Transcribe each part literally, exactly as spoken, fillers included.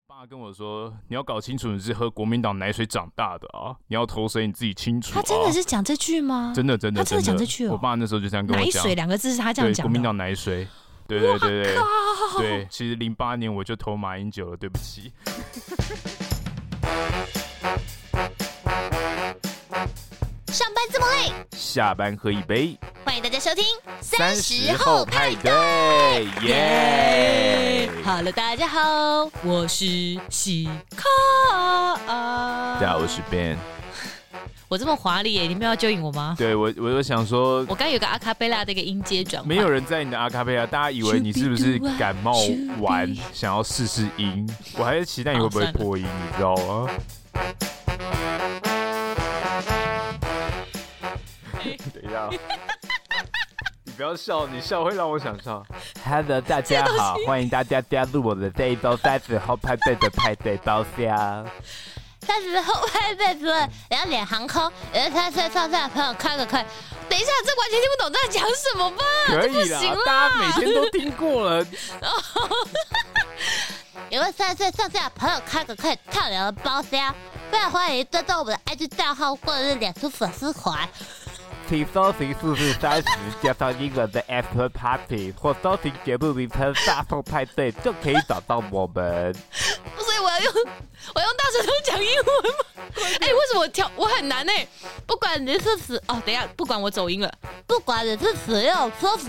爸跟我说，你要搞清楚你是喝国民党奶水长大的啊，你要投谁你自己清楚、啊。 他真的是讲这句吗？ 真的真的他真的讲这句哦。 我爸那时候就这样跟我讲。 奶水两个字是他这样讲的。 对，国民党奶水。对对对对对，其实零八年我就投马英九了，对不起。 上班这么累， 下班喝一杯。 欢迎大家收听三十后派对，耶 ！Hello， 大家好，我是西卡。 大家好，我是 Ben。 我这么华丽耶，你们要揪引我吗？ 对，我我就想说， 我刚有个阿卡贝拉的一个音阶转换， 没有人在你的阿卡贝拉，大家以为你是不是感冒完想要试试音？我还在期待你会不会破音，你知道吗？等一下，你不要笑，你笑会让我想笑。Hello， 大家好，欢迎大家加入我的这一周三十后派对的派对包厢。 三十后派对除了两脸航空，呃，他在上下朋友开个开。等一下，这完全听不懂在讲什么吧？ 可以啦，大家每天都听过了。 有位三十岁上下朋友开个可以畅聊的包厢，非常欢迎追踪我们的 I G 账号或者是脸书粉丝团。 请搜寻数字三十加上英文的 After Party， 或搜寻节目名称大众派对，就可以找到我们。 所以我要用我用大舌头讲英文吗？哎、欸，为什么我跳我很难哎、欸？不管你是使哦，等一下，不管我走音了，不管你是使用 Soft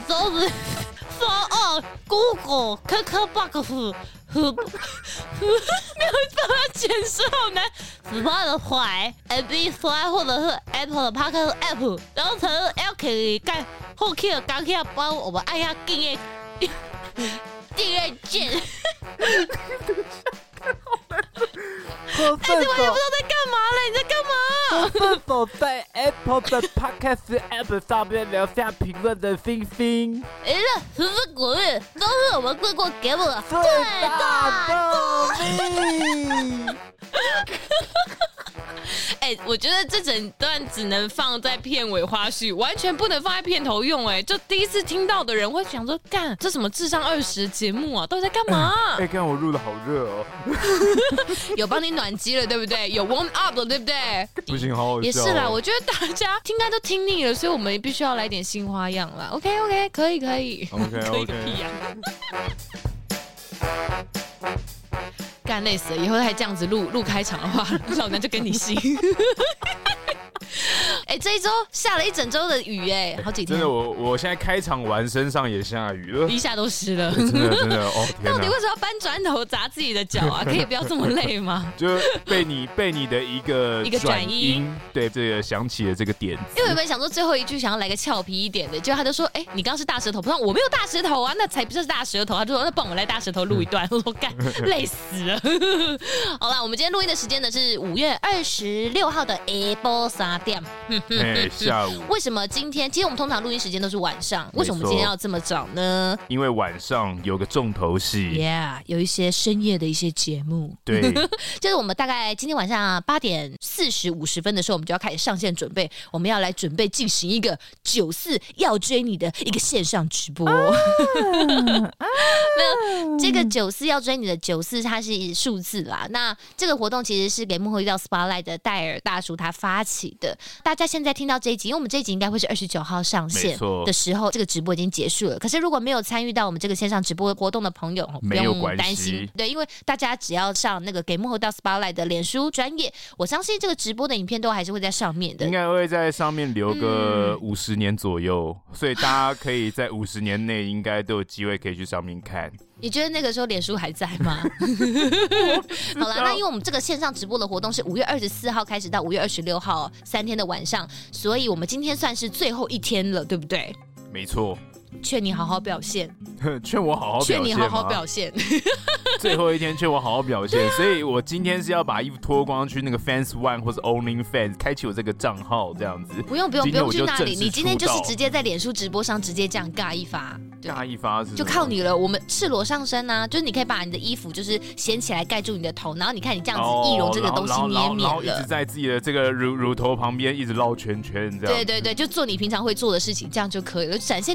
Story、Phone、Google、K K Box 和没有办法解释，好难。Spotify、M P 三 或者是 Apple 的 Podcast App， 然后成 L K 干后 K 的刚 K 帮我们按下订阅订阅键。哎、欸，这完全不知道在干嘛了，你在干嘛？ 是否在 Apple 的 Podcast App 上面留下评论的星星？ 哎呀，实质鼓励都是我们做过节目的最大动力。哎、欸，我觉得这整段只能放在片尾花絮，完全不能放在片头用、欸。哎，就第一次听到的人会想说：“干，这什么智商二十节目啊？到底在干嘛？” 哎、欸，看我录的好热哦， 有帮你暖机了，对不对？有 warm up 了，对不对？ 不行，好好笑、哦。 也是啦，我觉得大家应该都听腻了，所以我们必须要来点新花样啦。OK OK， 可以可以 ，OK OK， 可以个屁呀、啊！干累死了！以后还这样子录录开场的话，老娘就跟你姓。哎、欸，这一周下了一整周的雨、欸，哎，好几天。 真的，我我现在开场完，身上也下雨了， 一下都湿了。 真的真的哦，天哪！ 到底为什么要搬砖头砸自己的脚啊？可以不要这么累吗？ 就被你被你的一个一个转音， 对这个想起了这个点子。 因为有没有想说最后一句想要来个俏皮一点的，结果他就说：“哎、欸，你刚刚是大舌头，不然我没有大舌头啊，那才不是大舌头。”他就说：“那帮我们来大舌头录一段。”我说：“干，累死了。”好啦，我们今天录音的时间呢是五月二十六号的下晡三点。 哎，下午。 为什么今天？其实我们通常录音时间都是晚上，为什么我们今天要这么早呢？ 因为晚上有个重头戏 ，Yeah， 有一些深夜的一些节目。 对， 就是我们大概今天晚上八点四十五十分的时候，我们就要开始上线准备，我们要来准备进行一个九四要追你的一个线上直播。啊、没有，这个九四要追你的九四，它是数字啦。那这个活动其实是给幕后一道 Spotlight 的戴尔大叔他发起的。大家现在听到这一集，因为我们这一集应该会是二十九号上线的时候，这个直播已经结束了。可是如果没有参与到我们这个线上直播活动的朋友，不用担心，对，因为大家只要上那个给幕后一道 Spotlight 的脸书专页，我相信这个直播的影片都还是会在上面的， 应该会在上面留个五十年左右、嗯，所以大家可以在五十年内应该都有机会可以去上面看。 你觉得那个时候脸书还在吗？好啦，那因为我们这个线上直播的活动是五月二十四号开始到五月二十六号三天的晚上，所以我们今天算是最后一天了，对不对？ 没错。 劝你好好表现， 劝我好好表现， 劝你好好表现。 最后一天劝我好好表现，所以我今天是要把衣服脱光去那个 Fans One 或是 OnlyFans 开启我这个账号，这样子。 不用不用不用去那里，你今天就是直接在脸书直播上直接这样尬一发， 尬一发是就靠你了。我们赤裸上身啊，就是你可以把你的衣服就是掀起来盖住你的头，然后你看你这样子易容这个东西绵绵了， 然后一直在自己的这个乳乳头旁边一直绕圈圈，这样。 对对对，就做你平常会做的事情，这样就可以了，展现你的自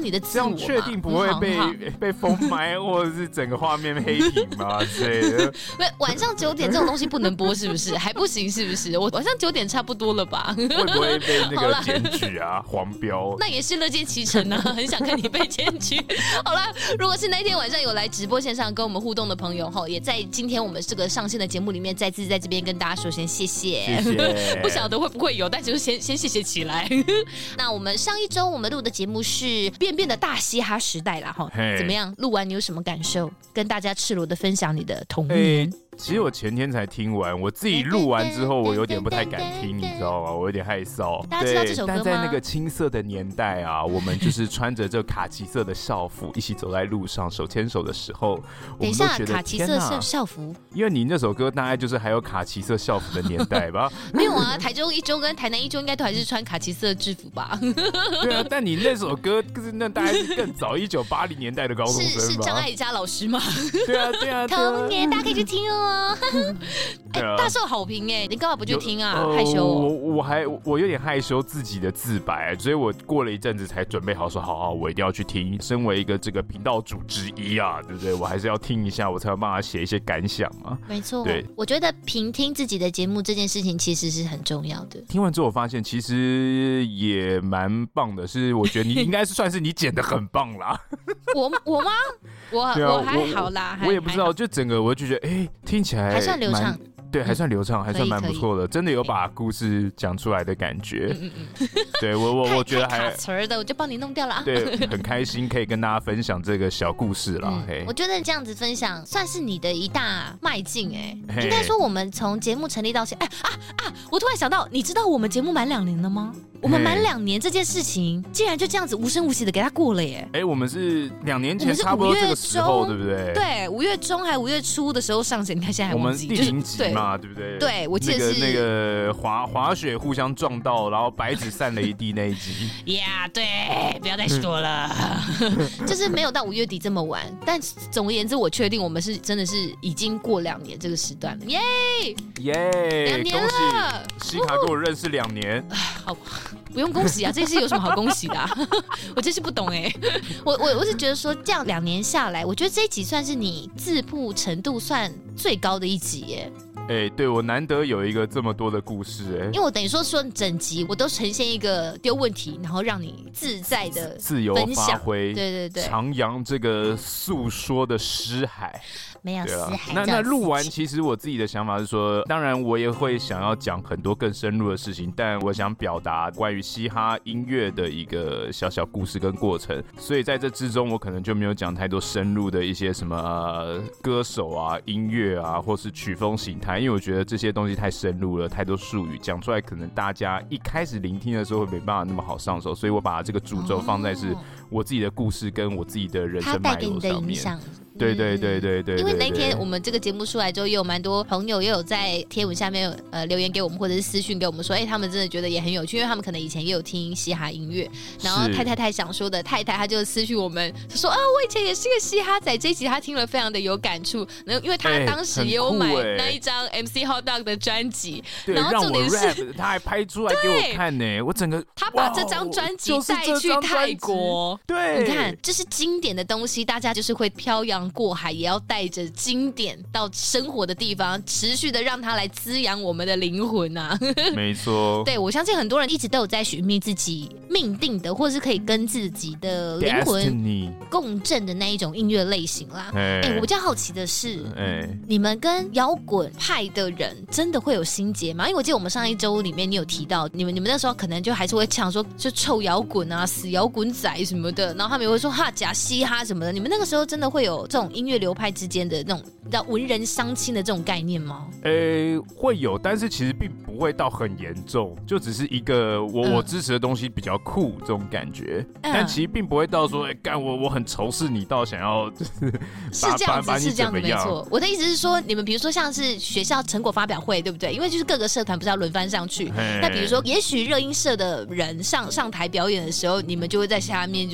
样确定不会被被封麦或者是整个画面黑屏吗之类的？ 不，晚上九点这种东西不能播是不是？还不行是不是？我晚上九点差不多了吧？ 会不会被那个检举啊？黄标？ 那也是乐见其成啊，很想看你被检举。好啦，如果是那天晚上有来直播线上跟我们互动的朋友哈，也在今天我们这个上线的节目里面再次在这边跟大家说声谢谢。 谢谢。 不晓得会不会有，但就是先先谢谢起来。那我们上一周我们录的节目是便便的大嘻哈时代啦哈，怎么样？录完你有什么感受？跟大家赤裸的分享你的童年。 其实我前天才听完，我自己录完之后，我有点不太敢听，你知道吗？我有点害臊。 大家知道这首歌吗？ 但在那个青涩的年代啊，我们就是穿着这卡其色的校服，一起走在路上，手牵手的时候， 等一下，卡其色校服， 因为你那首歌大概就是还有卡其色校服的年代吧？ 没有啊，台中一中跟台南一中应该都还是穿卡其色制服吧？ 对啊，但你那首歌就是那大概是更早一九八零年代的高中生吧？ 是是张艾嘉老师吗？ 对啊对啊， 童年大家可以去听哦。哎、欸，大受好评哎，你干嘛不去听啊？呃、害羞、哦。 我我还我有点害羞自己的自白，所以我过了一阵子才准备好说，好好，我一定要去听。身为一个这个频道主之一啊，对不对？我还是要听一下，我才有办法写一些感想嘛。 没错， 对， 我觉得评听自己的节目这件事情其实是很重要的。 听完之后，我发现其实也蛮棒的，是我觉得你应该是算是你剪得很棒啦。 我我吗？我、啊、我还好啦， 我也不知道，就整个我就觉得，哎、欸，听起来还算流畅。 对，还算流畅，还算蛮不错的，真的有把故事讲出来的感觉。嗯嗯嗯，对我我我觉得还卡词儿的，我就帮你弄掉了。 对，很开心可以跟大家分享这个小故事啦。 嗯、我觉得这样子分享算是你的一大迈进哎、欸。应该说我们从节目成立到现在，哎啊啊！我突然想到，你知道我们节目满两年了吗？我们满两年这件事情，竟然就这样子无声无息的给他过了耶！ 哎、欸，我们是两年前差不多这个时候，对不对？ 对，五月中还五月初的时候上线，你看现在还忘记， 我们第零集嘛，对不对？ 对，我记得是那个那个滑滑雪互相撞到，然后白纸散了一地那一集。 呀， yeah, 对，不要再说了，就是没有到五月底这么晚。但总而言之，我确定我们是真的是已经过两年这个时段了，耶耶！ 两年了， 西卡跟我认识两年， 好。不用恭喜啊，这件事有什么好恭喜的、啊？我真是不懂哎、欸，我我我是觉得说，这样两年下来，我觉得这一集算是你自曝程度算最高的一集耶。 哎、欸，对我难得有一个这么多的故事哎、欸， 因为我等于说说整集我都呈现一个丢问题，然后让你自在的自由发挥， 对对对， 徜徉这个诉说的诗海。 没有死海、啊。 那那录完，其实我自己的想法是说，当然我也会想要讲很多更深入的事情，但我想表达关于嘻哈音乐的一个小小故事跟过程，所以在这之中，我可能就没有讲太多深入的一些什么、呃、歌手啊、音乐啊，或是曲风形态，因为我觉得这些东西太深入了，太多术语讲出来，可能大家一开始聆听的时候会没办法那么好上手，所以我把这个主轴放在是我自己的故事跟我自己的人生脉络上面。对对对对 对, 对， 因为那天我们这个节目出来之后，也有蛮多朋友也有在贴文下面呃留言给我们，或者是私讯给我们说，哎、欸，他们真的觉得也很有趣，因为他们可能以前也有听嘻哈音乐。然后太太太想说的太太，她就私讯我们说啊，我以前也是个嘻哈仔，这一集她听了非常的有感触，然后因为她当时也有买那一张 M C Hot Dog 的专辑， 然后重点是他还拍出来给我看呢，我整个他把这张专辑带去泰国， 对， 你看这是经典的东西，大家就是会漂洋过海，也要带着经典到生活的地方，持续的让它来滋养我们的灵魂啊！ 没错， 对，我相信很多人一直都有在寻觅自己命定的，或是可以跟自己的灵魂共振的那一种音乐类型啦。哎、欸，我比较好奇的是，欸、你们跟摇滚派的人真的会有心结吗？因为我记得我们上一周里面你有提到，你们你们那时候可能就还是会抢说，就臭摇滚啊、死摇滚仔什么的，然后他们也会说哈假嘻哈什么的。你们那个时候真的会有这种音乐流派之间的那种叫文人相亲的这种概念吗？ 呃、欸，会有，但是其实并不会到很严重，就只是一个我、嗯、我支持的东西比较酷这种感觉，嗯、但其实并不会到说，哎、欸，干我我很仇视你到想要就是是这样子，是这样子，没错。我的意思是说，你们比如说像是学校成果发表会，对不对？因为就是各个社团不是要轮番上去，那比如说，也许热音社的人上上台表演的时候，你们就会在下面就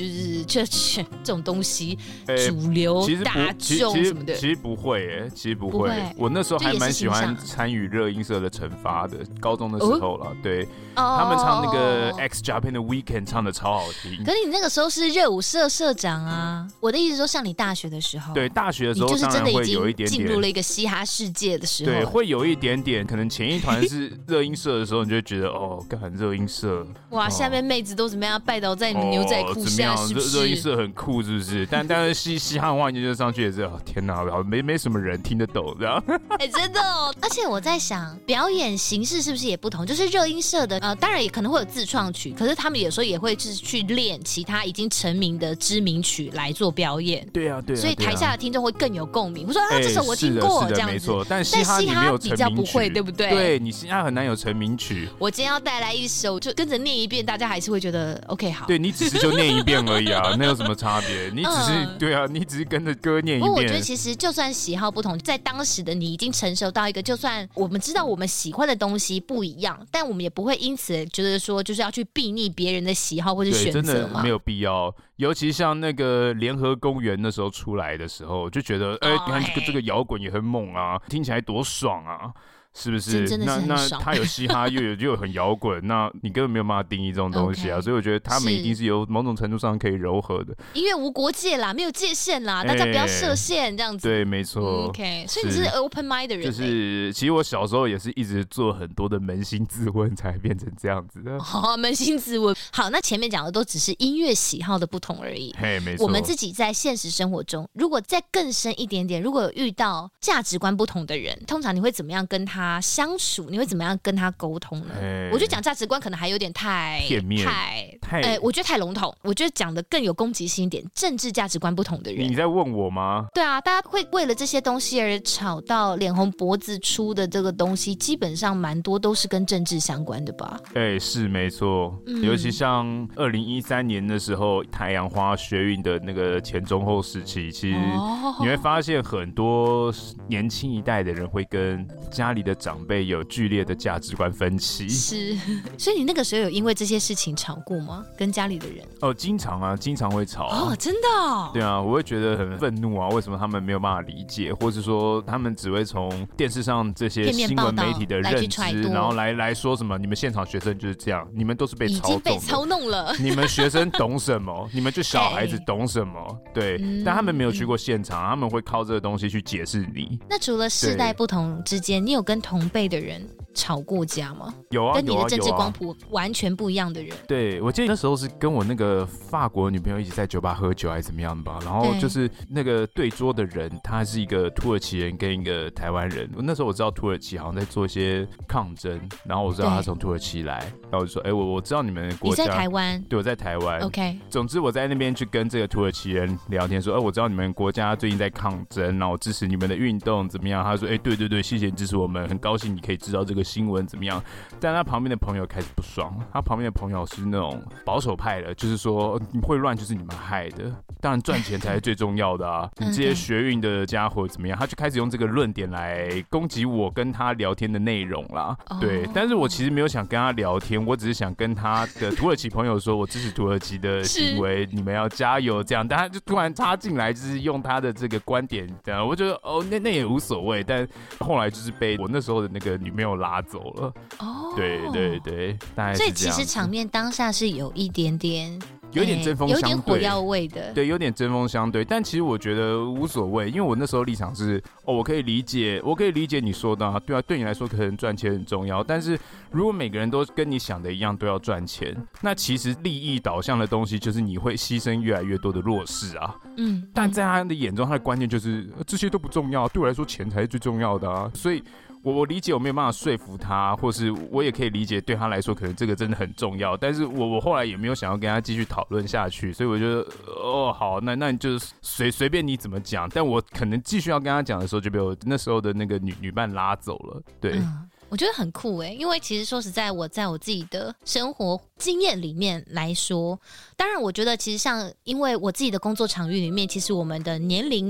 就是这这种东西、 欸、 主流其实大众什么的。 其实不会哎、欸，其实不会。 不会我那时候还蛮喜欢参与热音社的惩罚的，高中的时候了。哦、对、哦，他们唱那个 X Japan 的 Weekend 唱的超好听。 可是你那个时候是热舞社社长啊，我的意思说，像你大学的时候， 对，大学的时候当然会有一点点进入了一个嘻哈世界的时候， 对，会有一点点。可能前一团是热音社的时候，你就会觉得哦，干热音社， 哇，哦、下面妹子都怎么样拜倒在你们牛仔裤下， 哦、 是不是？ 热音社很酷，是不是？但但是嘻嘻哈文化研究上去也是，哦、天哪，没没什么人听得懂，这样。 哎、欸，真的哦。而且我在想，表演形式是不是也不同？就是热音社的，呃，当然也可能会有自创曲，可是他们有时候也会就是去练其他已经成名的知名曲来做表演。 对啊，对啊。 所以台下的听众会更有共鸣。我说啊， 欸、 这首我听过，这样子。 没错，但嘻哈你没有成名曲， 比较不会，对不对？ 对，你嘻哈很难有成名曲。 我今天要带来一首，就跟着念一遍，大家还是会觉得 OK 好。 对，你只是就念一遍而已啊，那有什么差别？你只是、嗯、对啊，你只是跟着歌念一遍。 不过我觉得其实就算喜好不同，在当时的你已经成熟到一个，就算我们知道我们喜欢的东西不一样，但我们也不会因此觉得说就是要去避逆别人的喜好或者选择嘛。 真的没有必要。尤其像那个联合公园那时候出来的时候，就觉得哎、欸，你看这个这个摇滚也很猛啊，听起来多爽啊。是不是？ 真的是那那他有嘻哈又有又有很摇滚，那你根本没有办法定义这种东西啊。Okay, 所以我觉得他们一定是有某种程度上可以柔和的。 音乐无国界啦，没有界限啦，欸、大家不要设限这样子。 对，没错。 OK， 所以你是 open mind 的人、欸。 就是其实我小时候也是一直做很多的扪心自问，才变成这样子的。 好、哦，扪心自问。好，那前面讲的都只是音乐喜好的不同而已。 嘿，没错。 我们自己在现实生活中，如果再更深一点点，如果有遇到价值观不同的人，通常你会怎么样跟他相处？你会怎么样跟他沟通呢？我觉得讲价值观可能还有点太片面， 太太，哎、欸，我觉得太笼统。我觉得讲的更有攻击性一点，政治价值观不同的人。 你在问我吗？ 对啊，大家会为了这些东西而吵到脸红脖子粗的这个东西，基本上蛮多都是跟政治相关的吧？ 哎、欸，是没错、嗯。尤其像二零一三年的时候，太阳花学运的那个前中后时期，其实你会发现很多年轻一代的人会跟家里的长辈有剧烈的价值观分歧。 是，所以你那个时候有因为这些事情吵过吗？跟家里的人？ 哦，经常啊，经常会吵、啊。 哦，真的、哦？ 对啊，我会觉得很愤怒啊，为什么他们没有办法理解，或是说他们只会从电视上这些新闻媒体的认知，然后来来说什么？你们现场学生就是这样，你们都是被操纵的，已经被操弄了。 你们学生懂什么？你们就小孩子懂什么？对、嗯，但他们没有去过现场，他们会靠这个东西去解释你。 那除了世代不同之间，你有跟同辈的人吵过架吗？ 有啊， 跟你的政治光谱完全不一样的人。 对，我记得那时候是跟我那个法国女朋友一起在酒吧喝酒还是怎么样吧，然后就是那个对桌的人他是一个土耳其人跟一个台湾人。那时候我知道土耳其好像在做一些抗争，然后我知道他从土耳其来，然后我就说哎、欸、我我知道你们的国家。 你在台湾？ 对，我在台湾。 OK， 总之我在那边去跟这个土耳其人聊天说哎、欸、我知道你们国家最近在抗争，然后我支持你们的运动怎么样。他说哎、欸、对对对，谢谢你支持我们，很高兴你可以知道这个新闻怎么样。但他旁边的朋友开始不爽，他旁边的朋友是那种保守派的，就是说你会乱就是你们害的，当然赚钱才是最重要的啊！你这些学运的家伙怎么样？他就开始用这个论点来攻击我跟他聊天的内容啦。对，但是我其实没有想跟他聊天，我只是想跟他的土耳其朋友说，我支持土耳其的行为，你们要加油这样。但他就突然插进来，就是用他的这个观点，这样我觉得哦，那那也无所谓。但后来就是被我那时候的那个女朋友拉走了。哦，对对对，大概是这样。 所以其实场面当下是有一点点。 有点针锋相对、欸， 有点火药味的， 对，有点针锋相对。但其实我觉得无所谓，因为我那时候立场是，哦，我可以理解，我可以理解你说的、啊，对啊，对你来说可能赚钱很重要。但是如果每个人都跟你想的一样，都要赚钱，那其实利益导向的东西就是你会牺牲越来越多的弱势啊。嗯，但在他的眼中，他的观念就是这些都不重要，对我来说钱才是最重要的啊。所以。我我理解我没有办法说服他，或是我也可以理解对他来说可能这个真的很重要，但是我我后来也没有想要跟他继续讨论下去，所以我觉得哦好，那那你就随随便你怎么讲，但我可能继续要跟他讲的时候就被我那时候的那个女女伴拉走了，对。嗯， 我觉得很酷欸，因为其实说实在，我在我自己的生活经验里面来说，当然我觉得其实像因为我自己的工作场域里面，其实我们的年龄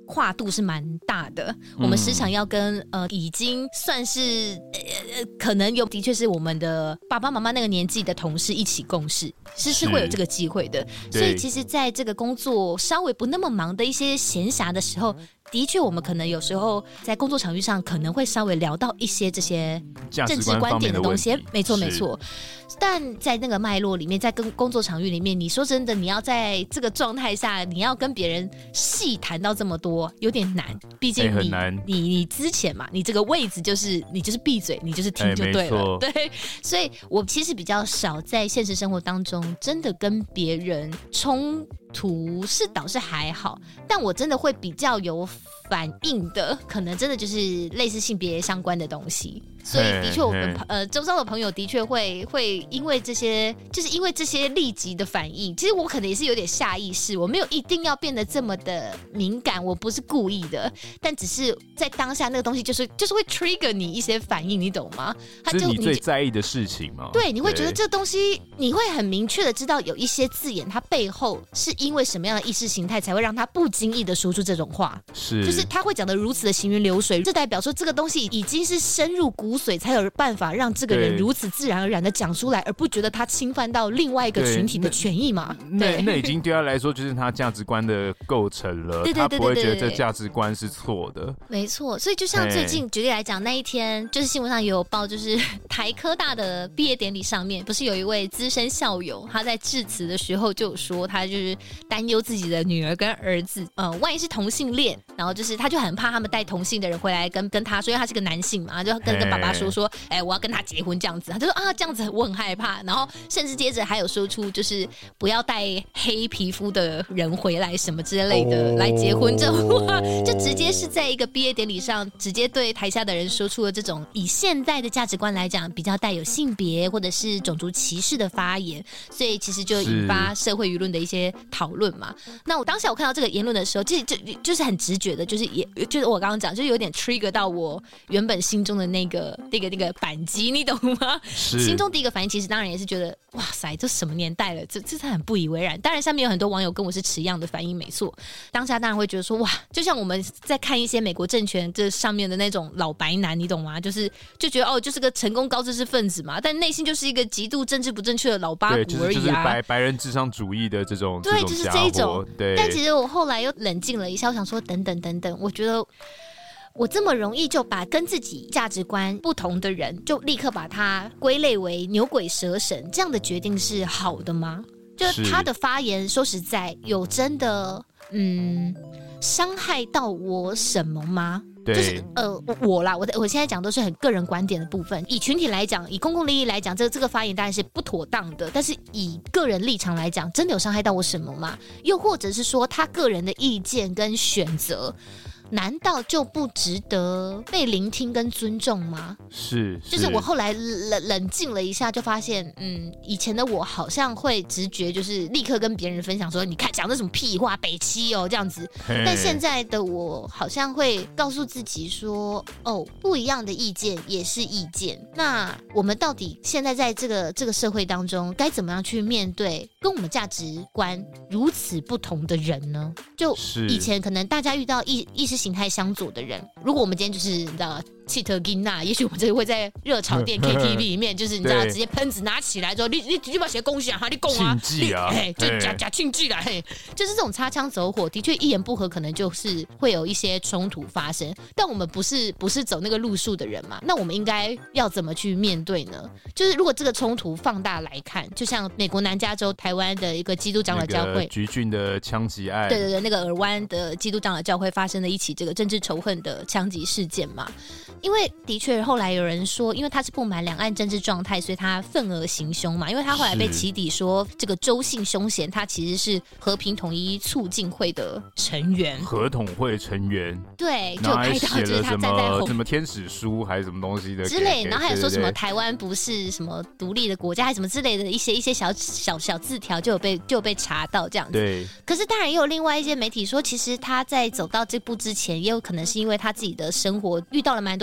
跨度是蛮大的。我们时常要跟呃已经算是呃可能有的确是我们的爸爸妈妈那个年纪的同事一起共事，是是会有这个机会的。所以其实在这个工作稍微不那么忙的一些闲暇的时候，的确我们可能有时候在工作场域上可能会稍微聊到一些这些政治观点的东西，没错没错。但在那个脉络里面，在跟工作场域里面，你说真的，你要在这个状态下，你要跟别人细谈到这么多，有点难。毕竟你、欸、你你之前嘛，你这个位置就是你就是闭嘴，你就是听就对了，欸、对。所以我其实比较少在现实生活当中真的跟别人冲突，是倒是还好，但我真的会比较有反应的，可能真的就是类似性别相关的东西。所以的确，我们呃周遭的朋友的确会会因为这些，就是因为这些立即的反应，其实我可能也是有点下意识，我没有一定要变得这么的敏感，我不是故意的，但只是在当下那个东西就是就是会 trigger 你一些反应，你懂吗？它就这是你最在意的事情吗？ 对，你会觉得这东西，你会很明确的知道有一些字眼，它背后是因为什么样的意识形态才会让他不经意的说出这种话， 是就是他会讲的如此的行云流水，这代表说这个东西已经是深入骨髓，才有办法让这个人如此自然而然的讲出来，而不觉得他侵犯到另外一个群体的权益嘛？ 那 那, 那已经对他来说就是他价值观的构成了， 对对对对对对， 他不会觉得这价值观是错的。 没错，所以就像最近举例来讲，那一天就是新闻上也有报，就是台科大的毕业典礼上面，不是有一位资深校友，他在致辞的时候就有说，他就是担忧自己的女儿跟儿子，呃，万一是同性恋，然后就是他就很怕他们带同性的人回来跟跟他说，因为他是个男性嘛，就跟跟爸爸说说，哎、欸，我要跟他结婚这样子，他就说啊，这样子我很害怕，然后甚至接着还有说出就是不要带黑皮肤的人回来什么之类的、哦、来结婚这种话，就直接是在一个毕业典礼上直接对台下的人说出了这种以现在的价值观来讲比较带有性别或者是种族歧视的发言，所以其实就引发社会舆论的一些讨论嘛。那我当下我看到这个言论的时候，其实就就是很直觉的，就是也就是我刚刚讲，就是有点 trigger 到我原本心中的那个那个那个扳机，你懂吗？心中第一个反应其实当然也是觉得，哇塞，这什么年代了，这这是很不以为然。当然，下面有很多网友跟我是持一样的反应，没错。当下当然会觉得说，哇，就像我们在看一些美国政权这上面的那种老白男，你懂吗？就是就觉得哦，就是个成功高知识分子嘛，但内心就是一个极度政治不正确的老八股而已啊。 对，就是就是白白人至上主义的这种， 对，就是这一种。 对， 但其实我后来又冷静了一下，我想说，等等等等，我觉得。我这么容易就把跟自己价值观不同的人，就立刻把他归类为牛鬼蛇神，这样的决定是好的吗？就是他的发言，说实在，有真的嗯伤害到我什么吗？就是呃我啦，我我现在讲都是很个人观点的部分。以群体来讲，以公共利益来讲，这这个发言当然是不妥当的。但是以个人立场来讲，真的有伤害到我什么吗？又或者是说，他个人的意见跟选择，难道就不值得被聆听跟尊重吗？ 是， 就是我后来冷冷静了一下，就发现，嗯，以前的我好像会直觉就是立刻跟别人分享说，你看讲的什么屁话，北七哦这样子。但现在的我好像会告诉自己说，哦，不一样的意见也是意见。那我们到底现在在这个这个社会当中，该怎么样去面对跟我们价值观如此不同的人呢？就以前可能大家遇到意意识形态相左的人，如果我们今天就是你知道气特金娜，也许我们这会在热炒店 K T V 里面，就是你知道直接喷子拿起来之后，你你你把写恭喜啊，你供啊， 庆忌啊， 嘿，就假假庆忌啦，嘿，就是这种擦枪走火，的确一言不合可能就是会有一些冲突发生。但我们不是不是走那个路数的人嘛，那我们应该要怎么去面对呢？就是如果这个冲突放大来看，就像美国南加州台湾的一个基督长老教会，那个橘郡的枪击案， 对对对，那个尔湾的基督长老教会发生了一起这个政治仇恨的枪击事件嘛。因为的确后来有人说，因为他是不满两岸政治状态，所以他愤而行凶嘛。因为他后来被起底说，这个周姓凶嫌他其实是和平统一促进会的成员， 合统会成员， 对，就拍到就是他站在后什么天使书还是什么东西的之类，然后还有说什么台湾不是什么独立的国家，还是什么之类的一些一些小小小字条就有被就有被查到这样子。 对， 可是当然也有另外一些媒体说，其实他在走到这步之前，也有可能是因为他自己的生活遇到了蛮多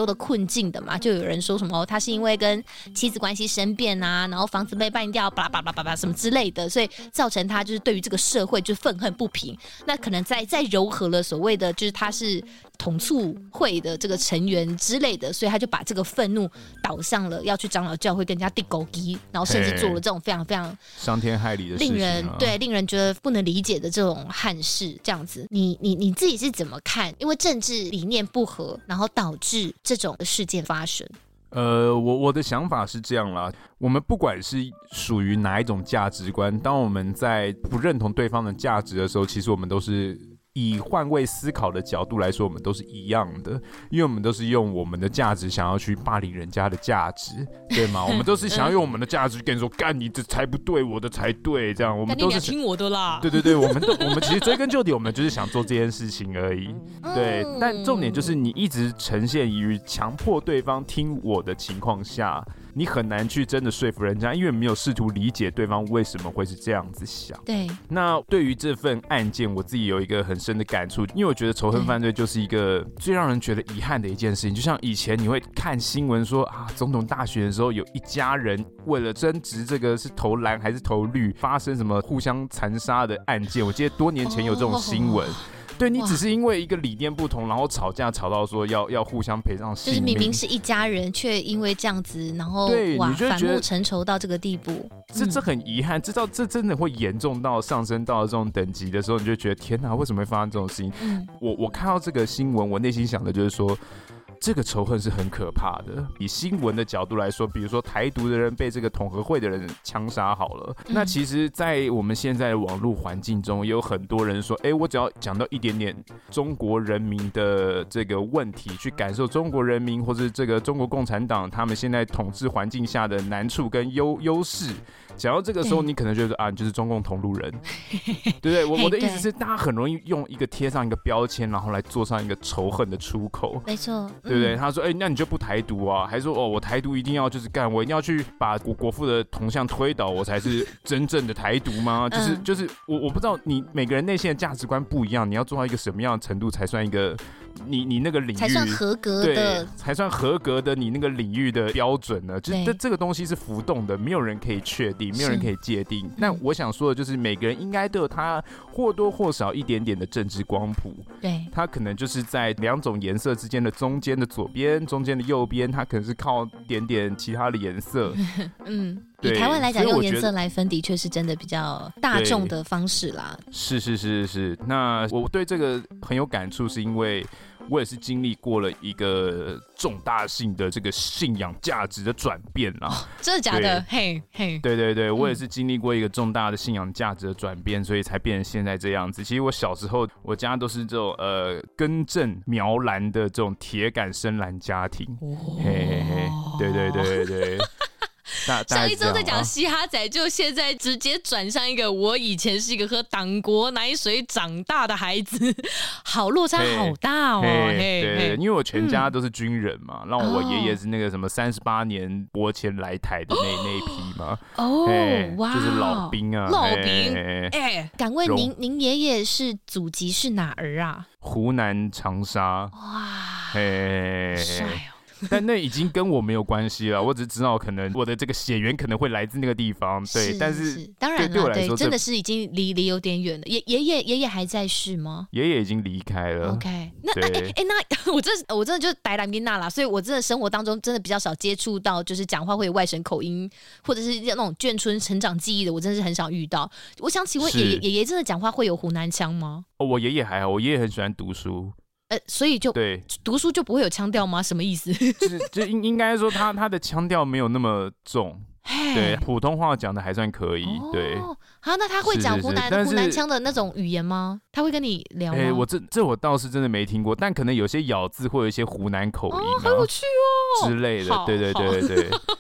多的困境的嘛，就有人说什么、哦、他是因为跟妻子关系生变啊，然后房子被卖掉，巴拉巴拉巴拉什么之类的，所以造成他就是对于这个社会就愤恨不平。那可能在在糅合了所谓的就是他是统促会的这个成员之类的，所以他就把这个愤怒导向了要去长老教会跟人家递狗鸡，然后甚至做了这种非常非常伤天害理的事情、啊， 令人对令人觉得不能理解的这种憾事。这样子，你你你自己是怎么看？因为政治理念不合，然后导致这种事件发生。 呃，我我的想法是这样啦，我们不管是属于哪一种价值观，当我们在不认同对方的价值的时候，其实我们都是以换位思考的角度来说，我们都是一样的，因为我们都是用我们的价值想要去霸凌人家的价值，对吗？我们都是想要用我们的价值跟你说，干你这才不对，我的才对，这样我们都是听我的啦。 对对对，我们都我们其实追根究底，我们就是想做这件事情而已。对，但重点就是你一直呈现于强迫对方听我的情况下，你很难去真的说服人家，因为没有试图理解对方为什么会是这样子想。 对， 那对于这份案件，我自己有一个很深的感触，因为我觉得仇恨犯罪就是一个最让人觉得遗憾的一件事情。就像以前你会看新闻说啊，总统大选的时候，有一家人为了争执这个是投蓝还是投绿，发生什么互相残杀的案件。我记得多年前有这种新闻。Oh.对，你只是因为一个理念不同，然后吵架吵到说要要互相赔上性命， 就是明明是一家人，却因为这样子，然后对哇你就觉得反目成仇到这个地步， 这这很遗憾。知道这真的会严重到上升到这种等级的时候，你就觉得天哪，为什么会发生这种事情？嗯、我我看到这个新闻，我内心想的就是说，这个仇恨是很可怕的。以新闻的角度来说，比如说台独的人被这个统合会的人枪杀好了，嗯、那其实在我们现在的网络环境中，也有很多人说，哎，我只要讲到一点点中国人民的这个问题，去感受中国人民或是这个中国共产党他们现在统治环境下的难处跟优优势。讲到这个时候，你可能觉得啊，你就是中共同路人，对不对？我我的意思是，大家很容易用一个贴上一个标签，然后来做上一个仇恨的出口， 没错， 对不对？嗯、他说，哎、欸，那你就不台独啊？还说哦，我台独一定要就是干，我一定要去把国国父的铜像推倒，我才是真正的台独吗？就是、嗯、就是我我不知道你每个人内心的价值观不一样，你要做到一个什么样的程度才算一个你你那个领域才算合格的， 对，才算合格的你那个领域的标准呢？就是这这个东西是浮动的，没有人可以确定。没有人可以界定，那我想说的就是，每个人应该都有他或多或少一点点的政治光谱。 对， 他可能就是在两种颜色之间的中间的左边、中间的右边，他可能是靠点点其他的颜色。 嗯，以台湾来讲，用颜色来分，的确是真的比较大众的方式啦。 是是是是，那我对这个很有感触，是因为我也是经历过了一个重大性的这个信仰价值的转变啦、哦。 真的假的？嘿嘿， 对对对，我也是经历过一个重大的信仰价值的转变，所以才变成现在这样子。其实我小时候，我家都是这种呃根正苗蓝的这种铁杆深蓝家庭。哦、嘿嘿嘿，对对对对对。 上一周在讲嘻哈仔，就现在直接转向一个我以前是一个喝党国奶水长大的孩子，好落差好大哦。 对对，因为我全家都是军人嘛，然后我爷爷是那个什么三十八年拨迁来台的那那一批嘛。 哦，哇， 就是老兵啊， 老兵。哎，敢问您，您爷爷是祖籍是哪儿啊？ 湖南长沙。 哇， 嘿， 帅哦。 但那已经跟我没有关系了，我只知道可能我的这个血缘可能会来自那个地方，对， 是但是是当然了， 对我来说， 真的是已经离离有点远了。爷爷爷爷爷还在世吗？ 爷爷已经离开了。 OK， 那那哎哎，那我真我真的就是台南囡仔啦，所以我真的生活当中真的比较少接触到，就是讲话会有外省口音，或者是那种眷村成长记忆的，我真的是很少遇到。我想请问爷爷爷爷真的讲话会有湖南腔吗？ 哦，我爷爷还好，我爷爷很喜欢读书。 呃，所以就对读书就不会有腔调吗？什么意思？ 就就应应该说他他的腔调没有那么重，对，普通话讲的还算可以。哦、对， 好，那他会讲湖南湖南腔的那种语言吗？他会跟你聊吗？ 哎、欸，我这这我倒是真的没听过，但可能有些咬字会有一些湖南口音、啊， 哦，好有趣哦之类的。对对对对对。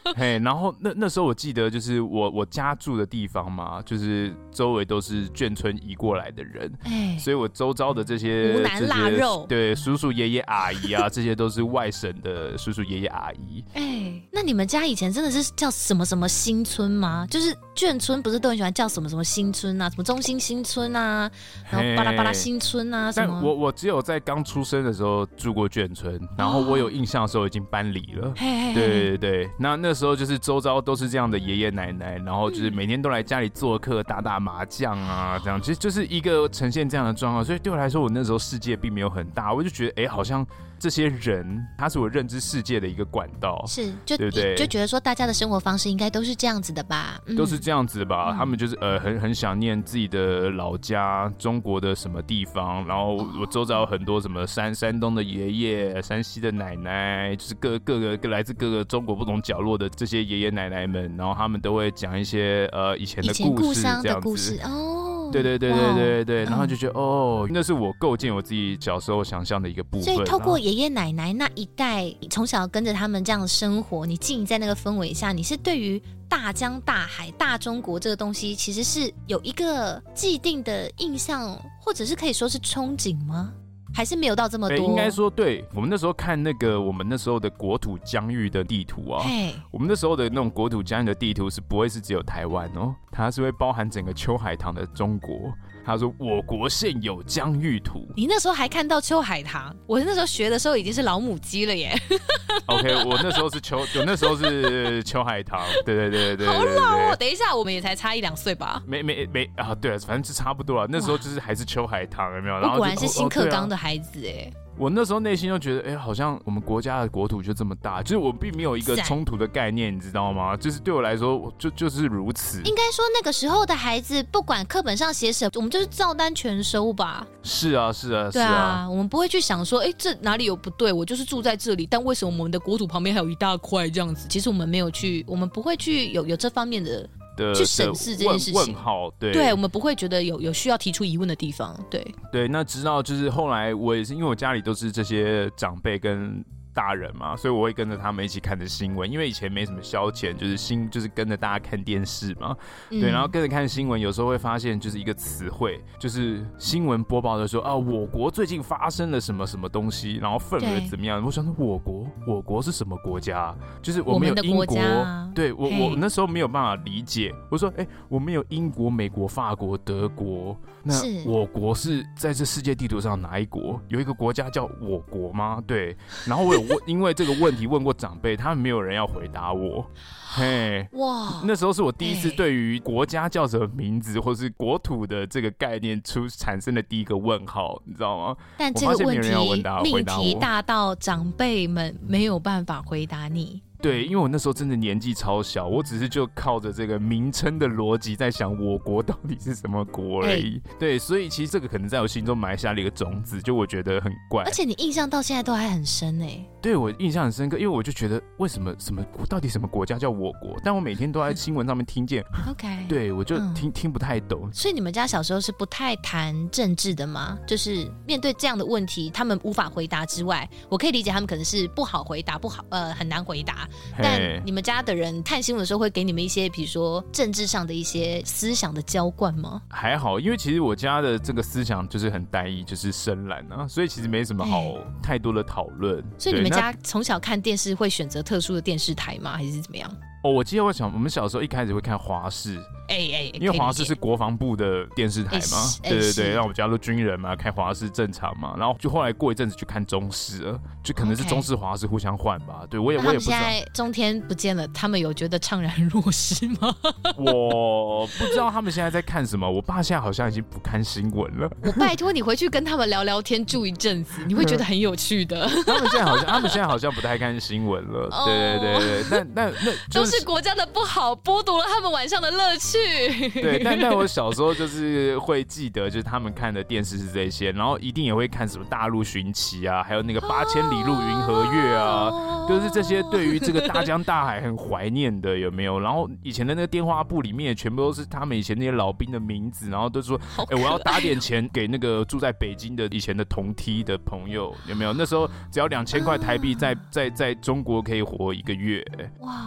嘿，然后那那时候我记得就是我我家住的地方嘛，就是周围都是眷村移过来的人，哎，所以我周遭的这些湖南腊肉， 对叔叔爷爷阿姨啊，这些都是外省的叔叔爷爷阿姨。 哎，那你们家以前真的是叫什么什么新村吗？就是眷村不是都很喜欢叫什么什么新村啊，什么中心新村啊，然后巴拉巴拉新村啊什么？ 但我我只有在刚出生的时候住过眷村，然后我有印象的时候已经搬离了。对对对，那那时候就是周遭都是这样的爷爷奶奶，然后就是每天都来家里做客、打打麻将啊，这样其实就是一个呈现这样的状况。所以对我来说，我那时候世界并没有很大，我就觉得哎，好像这些人他是我认知世界的一个管道， 是就对不对？ 就觉得说大家的生活方式应该都是这样子的吧， 嗯、都是这样子吧。嗯、他们就是呃很很想念自己的老家，中国的什么地方，然后我周遭有很多什么山山东的爷爷、山西的奶奶，就是各各个各来自各个中国不同角落的这些爷爷奶奶们，然后他们都会讲一些呃以前的故事，这样子哦。对对对对对对，然后就觉得、嗯、哦，那是我构建我自己小时候想象的一个部分。 所以透过爷爷奶奶那一代，从小跟着他们这样生活，你浸在那个氛围下，你是对于大江大海、大中国这个东西，其实是有一个既定的印象，或者是可以说是憧憬吗？还是没有到这么多？ 应该说，对我们那时候看那个我们那时候的国土疆域的地图啊， hey. 我们那时候的那种国土疆域的地图是不会是只有台湾哦，它是会包含整个秋海棠的中国。他说：“我国现有疆域图。” 你那时候还看到秋海棠？我那时候学的时候已经是老母鸡了耶。 OK， 我那时候是秋，我那时候是秋海棠。对对对 对, 對， 好老哦！等一下，我们也才差一两岁吧？ 没没没啊，对，反正是差不多啊。那时候就是还是秋海棠，有没有？然后果然是新课纲的孩子哎。 我那时候内心就觉得，哎、欸，好像我们国家的国土就这么大，就是我并没有一个冲突的概念，你知道吗？就是对我来说，就就是如此。 应该说那个时候的孩子，不管课本上写什么，我们就是照单全收吧。 是啊，是啊， 对啊，是啊，我们不会去想说，哎、欸，这哪里有不对？我就是住在这里，但为什么我们的国土旁边还有一大块这样子？其实我们没有去，我们不会去有有这方面的。去审视这件事情， 问号，对， 对我们不会觉得有有需要提出疑问的地方，对对。那直到就是后来，我也是因为我家里都是这些长辈跟大人嘛，所以我会跟着他们一起看着新闻，因为以前没什么消遣，就是新就是跟着大家看电视嘛，嗯、对，然后跟着看新闻，有时候会发现就是一个词汇，就是新闻播报的说啊，我国最近发生了什么什么东西，然后份额怎么样？我想说我国，我国是什么国家？就是我们有英国，国啊、对我我那时候没有办法理解，我说哎、欸，我们有英国、美国、法国、德国，那我国是在这世界地图上哪一国？有一个国家叫我国吗？对，然后我有。我因为这个问题问过长辈，他们没有人要回答我。嘿，哇！那时候是我第一次对于国家叫什么名字，或是国土的这个概念出产生的第一个问号，你知道吗？ 但这个问题命题大到长辈们没有办法回答你。 对，因为我那时候真的年纪超小，我只是就靠着这个名称的逻辑在想我国到底是什么国而已。欸、对，所以其实这个可能在我心中埋下了一个种子，就我觉得很怪。 而且你印象到现在都还很深哎、欸。 对，我印象很深刻，因为我就觉得为什么什么到底什么国家叫我国？但我每天都在新闻上面听见。OK， 对我就听、嗯、听不太懂。 所以你们家小时候是不太谈政治的吗？就是面对这样的问题，他们无法回答之外，我可以理解他们可能是不好回答，不好呃很难回答。但你们家的人看新闻的时候会给你们一些比如说政治上的一些思想的浇灌吗？ 还好，因为其实我家的这个思想就是很单一，就是深蓝啊，所以其实没什么好太多的讨论。 所以你们家从小看电视会选择特殊的电视台吗？还是怎么样？ 哦，我记得我想我们小时候一开始会看华视。哎哎，因为华视是国防部的电视台嘛，欸、对对对，让我们家都军人嘛，看华视正常嘛。然后就后来过一阵子去看中视了，就可能是中视华视互相换吧。对我也我也不知道。 现在中天不见了，他们有觉得怅然若失吗？ 我不知道他们现在在看什么。我爸现在好像已经不看新闻了。 我拜托你回去跟他们聊聊天，住一阵子，你会觉得很有趣的。 他们现在好像，他们现在好像不太看新闻了。哦、对对对对，那那那、就是、 都是国家的不好，剥夺了他们晚上的乐趣。 对。但但我小时候就是会记得，就是他们看的电视是这些，然后一定也会看什么大陆寻奇啊，还有那个八千里路云和月啊，就是这些对于这个大江大海很怀念的，有没有？然后以前的那个电话簿里面全部都是他们以前那些老兵的名字，然后都说，哎、欸，我要打点钱给那个住在北京的以前的同梯的朋友，有没有？那时候只要两千块台币在，在在在中国可以活一个月，哇，大概在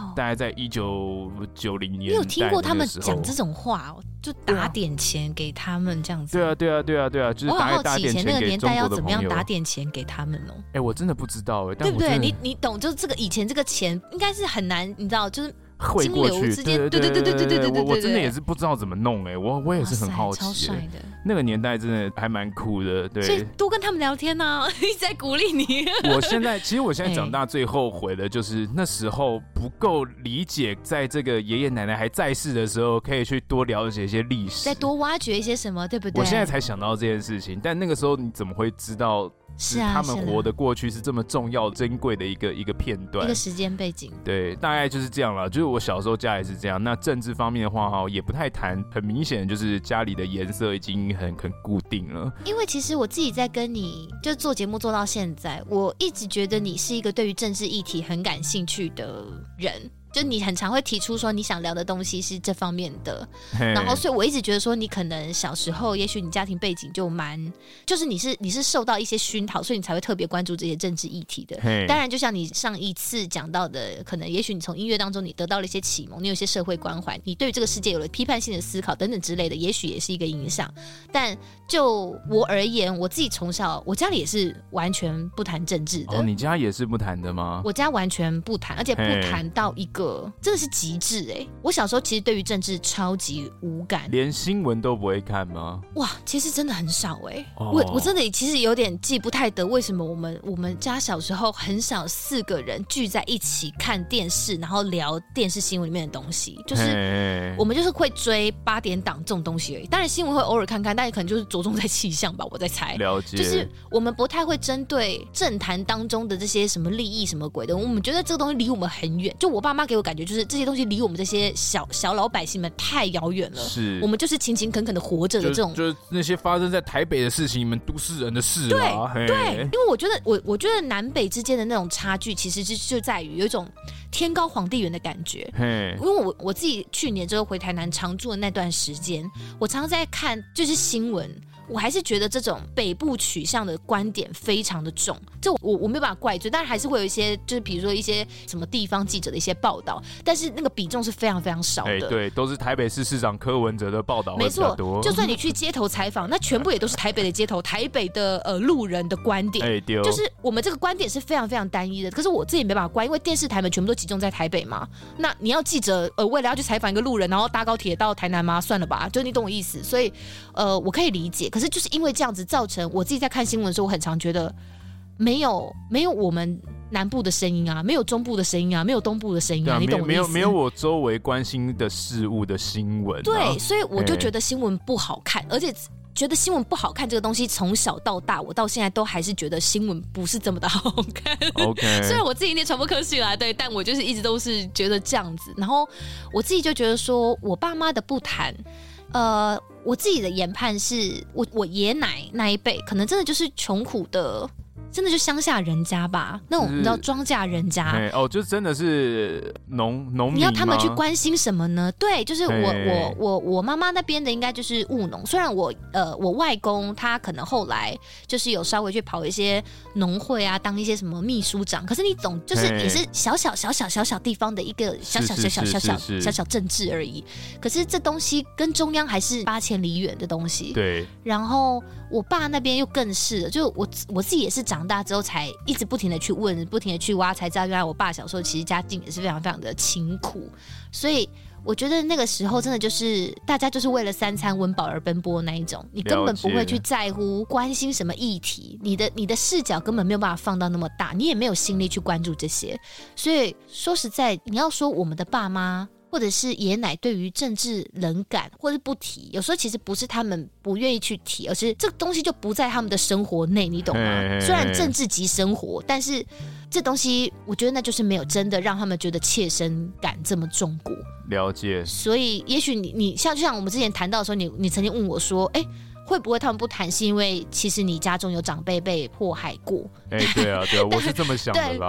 概一九九零年代， 你有听过他们讲这种话哦？就打点钱给他们这样子？ 对啊，对啊，对啊，对啊，就是打打点钱给中国的朋友。我好好奇以前那个年代要怎么样打点钱给他们哦？ 哎、欸，我真的不知道哎、欸， 对不对？你你懂？就是这个以前这个钱应该是很难，你知道，就是汇过去之间，对对对对对对对对， 我我真的也是不知道怎么弄哎、欸，我我也是很好奇、欸， 超帅的。 那个年代真的还蛮酷的，对。 所以多跟他们聊天啊，一直在鼓励你。 我现在其实我现在长大最后悔的就是那时候不够理解，在这个爷爷奶奶还在世的时候，可以去多了解一些历史， 再多挖掘一些什么，对不对？ 我现在才想到这件事情，但那个时候你怎么会知道？是他们活的过去是这么重要、珍贵的一个一个片段， 一个时间背景。 对，大概就是这样了。就是我小时候家也是这样。那政治方面的话，哈，也不太谈。很明显，就是家里的颜色已经很很固定了。 因为其实我自己在跟你就做节目做到现在，我一直觉得你是一个对于政治议题很感兴趣的人。就你很常会提出说你想聊的东西是这方面的，然后所以我一直觉得说你可能小时候也许你家庭背景就蛮，就是你是你是受到一些熏陶，所以你才会特别关注这些政治议题的。当然就像你上一次讲到的，可能也许你从音乐当中你得到了一些启蒙，你有一些社会关怀，你对于这个世界有了批判性的思考等等之类的，也许也是一个影响。但就我而言，我自己从小我家里也是完全不谈政治的。 哦，你家也是不谈的吗？ 我家完全不谈，而且不谈到一个真的是极致哎、欸！我小时候其实对于政治超级无感， 连新闻都不会看吗？ 哇，其实真的很少哎、欸哦！ 我我真的其实有点记不太得为什么我们我们家小时候很少四个人聚在一起看电视，然后聊电视新闻里面的东西，就是我们就是会追八点档这种东西而已。当然新闻会偶尔看看，但也可能就是着重在气象吧，我在猜。 了解， 就是我们不太会针对政坛当中的这些什么利益什么鬼的，我们觉得这个东西离我们很远。就我爸妈给我感觉就是这些东西离我们这些小小老百姓们太遥远了， 是我们就是勤勤恳恳的活着的这种， 就, 就那些发生在台北的事情，你们都市人的事啊。对对，因为我觉得我我觉得南北之间的那种差距，其实就就在于有一种天高皇帝远的感觉。因为我我自己去年之后回台南常住的那段时间，我常常在看就是新闻。我还是觉得这种北部取向的观点非常的重，这我我没有办法怪罪，但是还是会有一些，就是比如说一些什么地方记者的一些报道，但是那个比重是非常非常少的。 欸、对，都是台北市市长柯文哲的报道会比较多。 没错，就算你去街头采访，那全部也都是台北的街头，台北的呃路人的观点。 欸、对， 就是我们这个观点是非常非常单一的。可是我自己没办法怪，因为电视台们全部都集中在台北嘛。那你要记者呃为了要去采访一个路人，然后搭高铁到台南吗？算了吧，就你懂我意思。所以呃我可以理解，可是就是因为这样子造成我自己在看新闻的时候，我很常觉得没有没有我们南部的声音啊，没有中部的声音啊，没有东部的声音啊，啊你懂我的意思？ 没有没有我周围关心的事物的新闻、啊。 对，所以我就觉得新闻不好看，而且觉得新闻不好看这个东西，从小到大，我到现在都还是觉得新闻不是这么的好看。 OK， 虽然我自己念传播科系啦，对，但我就是一直都是觉得这样子。然后我自己就觉得说，我爸妈的不谈。呃，我自己的研判是我我爷奶那一辈，可能真的就是穷苦的，真的就乡下人家吧，那种你知道庄稼人家， 哦，就真的是农农民。 你要他们去关心什么呢？对，就是我我我我妈妈那边的应该就是务农，虽然我呃我外公他可能后来就是有稍微去跑一些农会啊，当一些什么秘书长，可是你懂，就是也是小小小小小小地方的一个小小小小小小小小政治而已。可是这东西跟中央还是八千里远的东西。 对， 然后我爸那边又更是了，就我我自己也是长大之后才一直不停的去问，不停的去挖，才知道原来我爸小时候其实家境也是非常非常的勤苦，所以我觉得那个时候真的就是大家就是为了三餐温饱而奔波那一种，你根本不会去在乎关心什么议题，你的你的视角根本没有办法放到那么大，你也没有心力去关注这些。所以说实在，你要说我们的爸妈或者是爷奶对于政治冷感或是不提，有时候其实不是他们不愿意去提，而是这个东西就不在他们的生活内，你懂吗？嘿嘿嘿，虽然政治即生活，但是这东西我觉得那就是没有真的让他们觉得切身感这么重过。 了解。 所以也许你你像就像我们之前谈到的时候，你你曾经问我说，哎、欸。会不会他们不谈是因为其实你家中有长辈被迫害过？ 哎、欸，对啊，对啊，我是这么想的啦。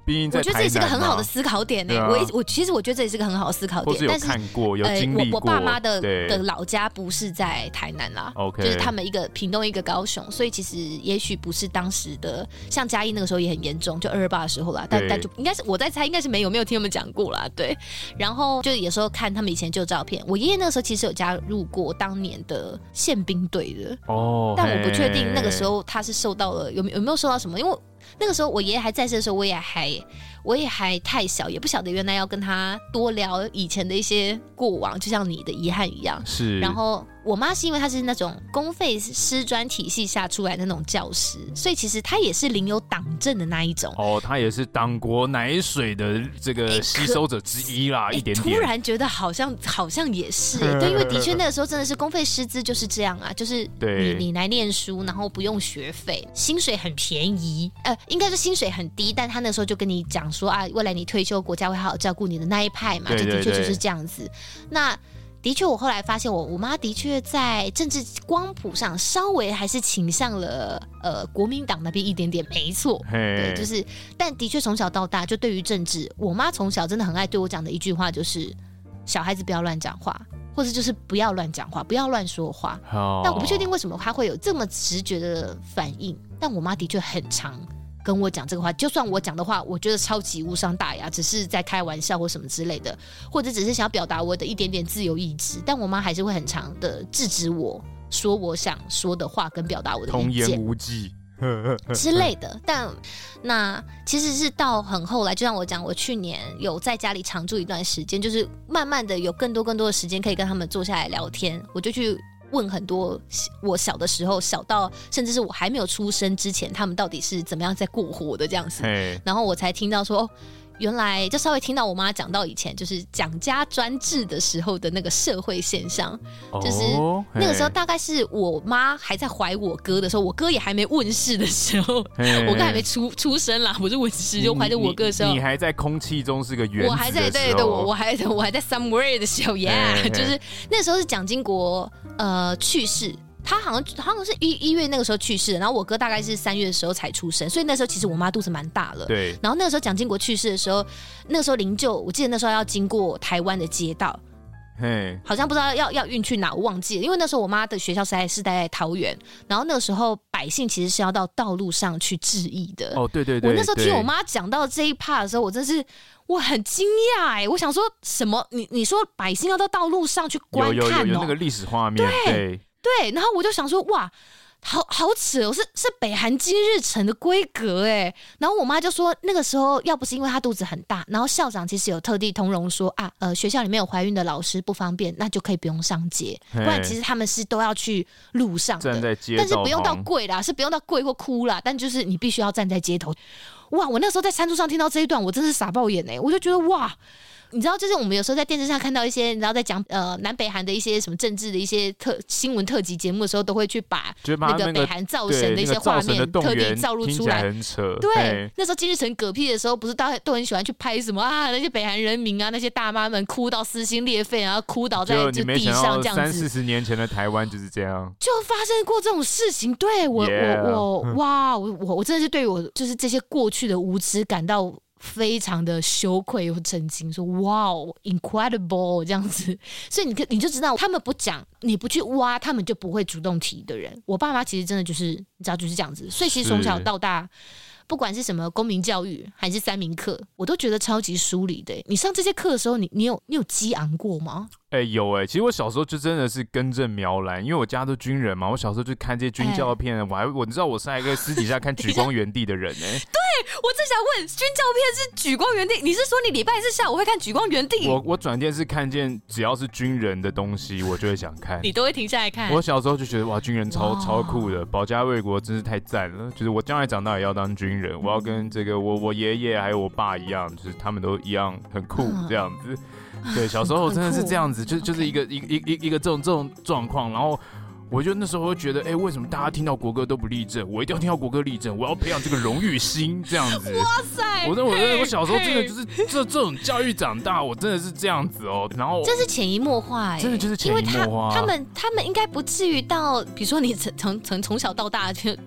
毕竟在台南嘛， 我觉得这也是个很好的思考点呢、欸。啊、我我其实我觉得这也是个很好的思考点， 或是有看过，有经历过。 呃、我我爸妈的的老家不是在台南啦 ，OK， 就是他们一个屏东一个高雄，所以其实也许不是当时的像嘉义那个时候也很严重，就二二八的时候啦，但但就应该是我在猜，应该是没有没有听他们讲过啦，对。然后就有时候看他们以前旧照片，我爷爷那个时候其实有加入过当年的宪兵队的哦，但我不确定那个时候他是受到了有有没有受到什么，因为那个时候我爷爷还在世的时候，我也还我也还太小，也不晓得原来要跟他多聊以前的一些过往，就像你的遗憾一样。 是， 然后我妈是因为她是那种公费师专体系下出来的那种教师，所以其实她也是领有党证的那一种。 哦，她也是党国奶水的这个吸收者之一啦，一点点。 突然觉得好像好像也是、欸，对，因为的确那个时候真的是公费师资就是这样啊，就是你你来念书，然后不用学费，薪水很便宜，呃，应该是薪水很低，但他那时候就跟你讲说啊，未来你退休，国家会好好照顾你的那一派嘛， 对对对， 这的确就是这样子。那的确，我后来发现我，我我妈的确在政治光谱上稍微还是倾向了呃国民党那边一点点，没错，对，就是，但的确从小到大，就对于政治，我妈从小真的很爱对我讲的一句话就是，小孩子不要乱讲话，或者就是不要乱讲话，不要乱说话。Oh. 但我不确定为什么她会有这么直觉的反应，但我妈的确很常跟我讲这个话，就算我讲的话我觉得超级无伤大雅，只是在开玩笑或什么之类的，或者只是想要表达我的一点点自由意志，但我妈还是会很常的制止我说我想说的话跟表达我的意见， 童言无忌之类的。但那其实是到很后来，就像我讲，我去年有在家里常住一段时间，就是慢慢的有更多更多的时间可以跟他们坐下来聊天，我就去问很多我小的时候，小到甚至是我还没有出生之前，他们到底是怎么样在过活的这样子，然后我才听到说，哦，原来就稍微听到我妈讲到以前就是蒋家专制的时候的那个社会现象，哦，就是那个时候大概是我妈还在怀我哥的时候，我哥也还没问世的时候，我哥还没出出生啦，不是问世，就怀着我哥的时候， 你还在空气中是个原子的时候， 我还在对对，我我还我还在 somewhere 的时候 ，yeah， 就是那时候是蒋经国呃去世。他好像好像是一一月那个时候去世的，然后我哥大概是三月的时候才出生，所以那时候其实我妈肚子蛮大了。 对。 然后那个时候蒋经国去世的时候，那个时候灵柩，我记得那时候要经过台湾的街道， 嘿， 好像不知道要要运去哪，我忘记了，因为那时候我妈的学校是在是在桃园，然后那个时候百姓其实是要到道路上去致意的。 哦，对对对。 我那时候听我妈讲到这一 part 的时候，我真是我很惊讶哎，我想说什么？你你说百姓要到道路上去观看哦， 有有有有那个历史画面， 对。 对对，然后我就想说，哇，好好扯哦，是是北韩金日成的规格哎。然后我妈就说，那个时候要不是因为她肚子很大，然后校长其实有特地通融说啊，呃，学校里面有怀孕的老师不方便，那就可以不用上街，不然其实他们是都要去路上的， 站在街道， 但是不用到跪啦，是不用到跪或哭啦，但就是你必须要站在街头。哇，我那时候在餐桌上听到这一段，我真是傻爆眼哎，我就觉得哇。你知道，就是我们有时候在电视上看到一些，你知道在讲呃南北韩的一些什么政治的一些特新闻特辑节目的时候，都会去把那个北韩造神的一些画面特地造入出来。 很扯。 对，那时候金日成嗝屁的时候，不是大家都很喜欢去拍什么啊那些北韩人民啊，那些大妈们哭到撕心裂肺，然后哭倒在就地上这样子。 三四十年前的台湾就是这样， 就发生过这种事情。对我、yeah. 我我哇，我我我真的是对我就是这些过去的无知感到非常的羞愧又震惊，说哇哦 incredible 这样子，所以你你就知道他们不讲，你不去挖，他们就不会主动提的人。我爸妈其实真的就是你知道就是这样子，所以其实从小到大，不管是什么公民教育还是三民课，我都觉得超级疏离的。你上这些课的时候，你你有你有激昂过吗？ 哎、欸，有哎、欸，其实我小时候就真的是根正苗蓝，因为我家都军人嘛，我小时候就看这些军教片，欸、我还我知道我是一个私底下看《举光原地》的人哎、欸。 对，我正想问，军教片是《举光原地》，你是说你礼拜四下午会看《举光原地》？ 我我转电视看见只要是军人的东西，我就会想看， 你都会停下来看。 我小时候就觉得哇，军人超超酷的，保家卫国真是太赞了。就是我将来长大也要当军人，我要跟这个我我爷爷还有我爸一样，就是他们都一样很酷这样子。对，小时候真的是这样子，就就是一个一一一一个这种这种状况，然后我就那时候会觉得，哎、欸，为什么大家听到国歌都不立正？我一定要听到国歌立正，我要培养这个荣誉心，这样子。 哇塞！ 我我我我小时候真的就是这这种教育长大，我真的是这样子哦。然后这是潜移默化、欸， 真的就是潜移默化。 他, 他们他们应该不至于到，比如说你从从从从小到大就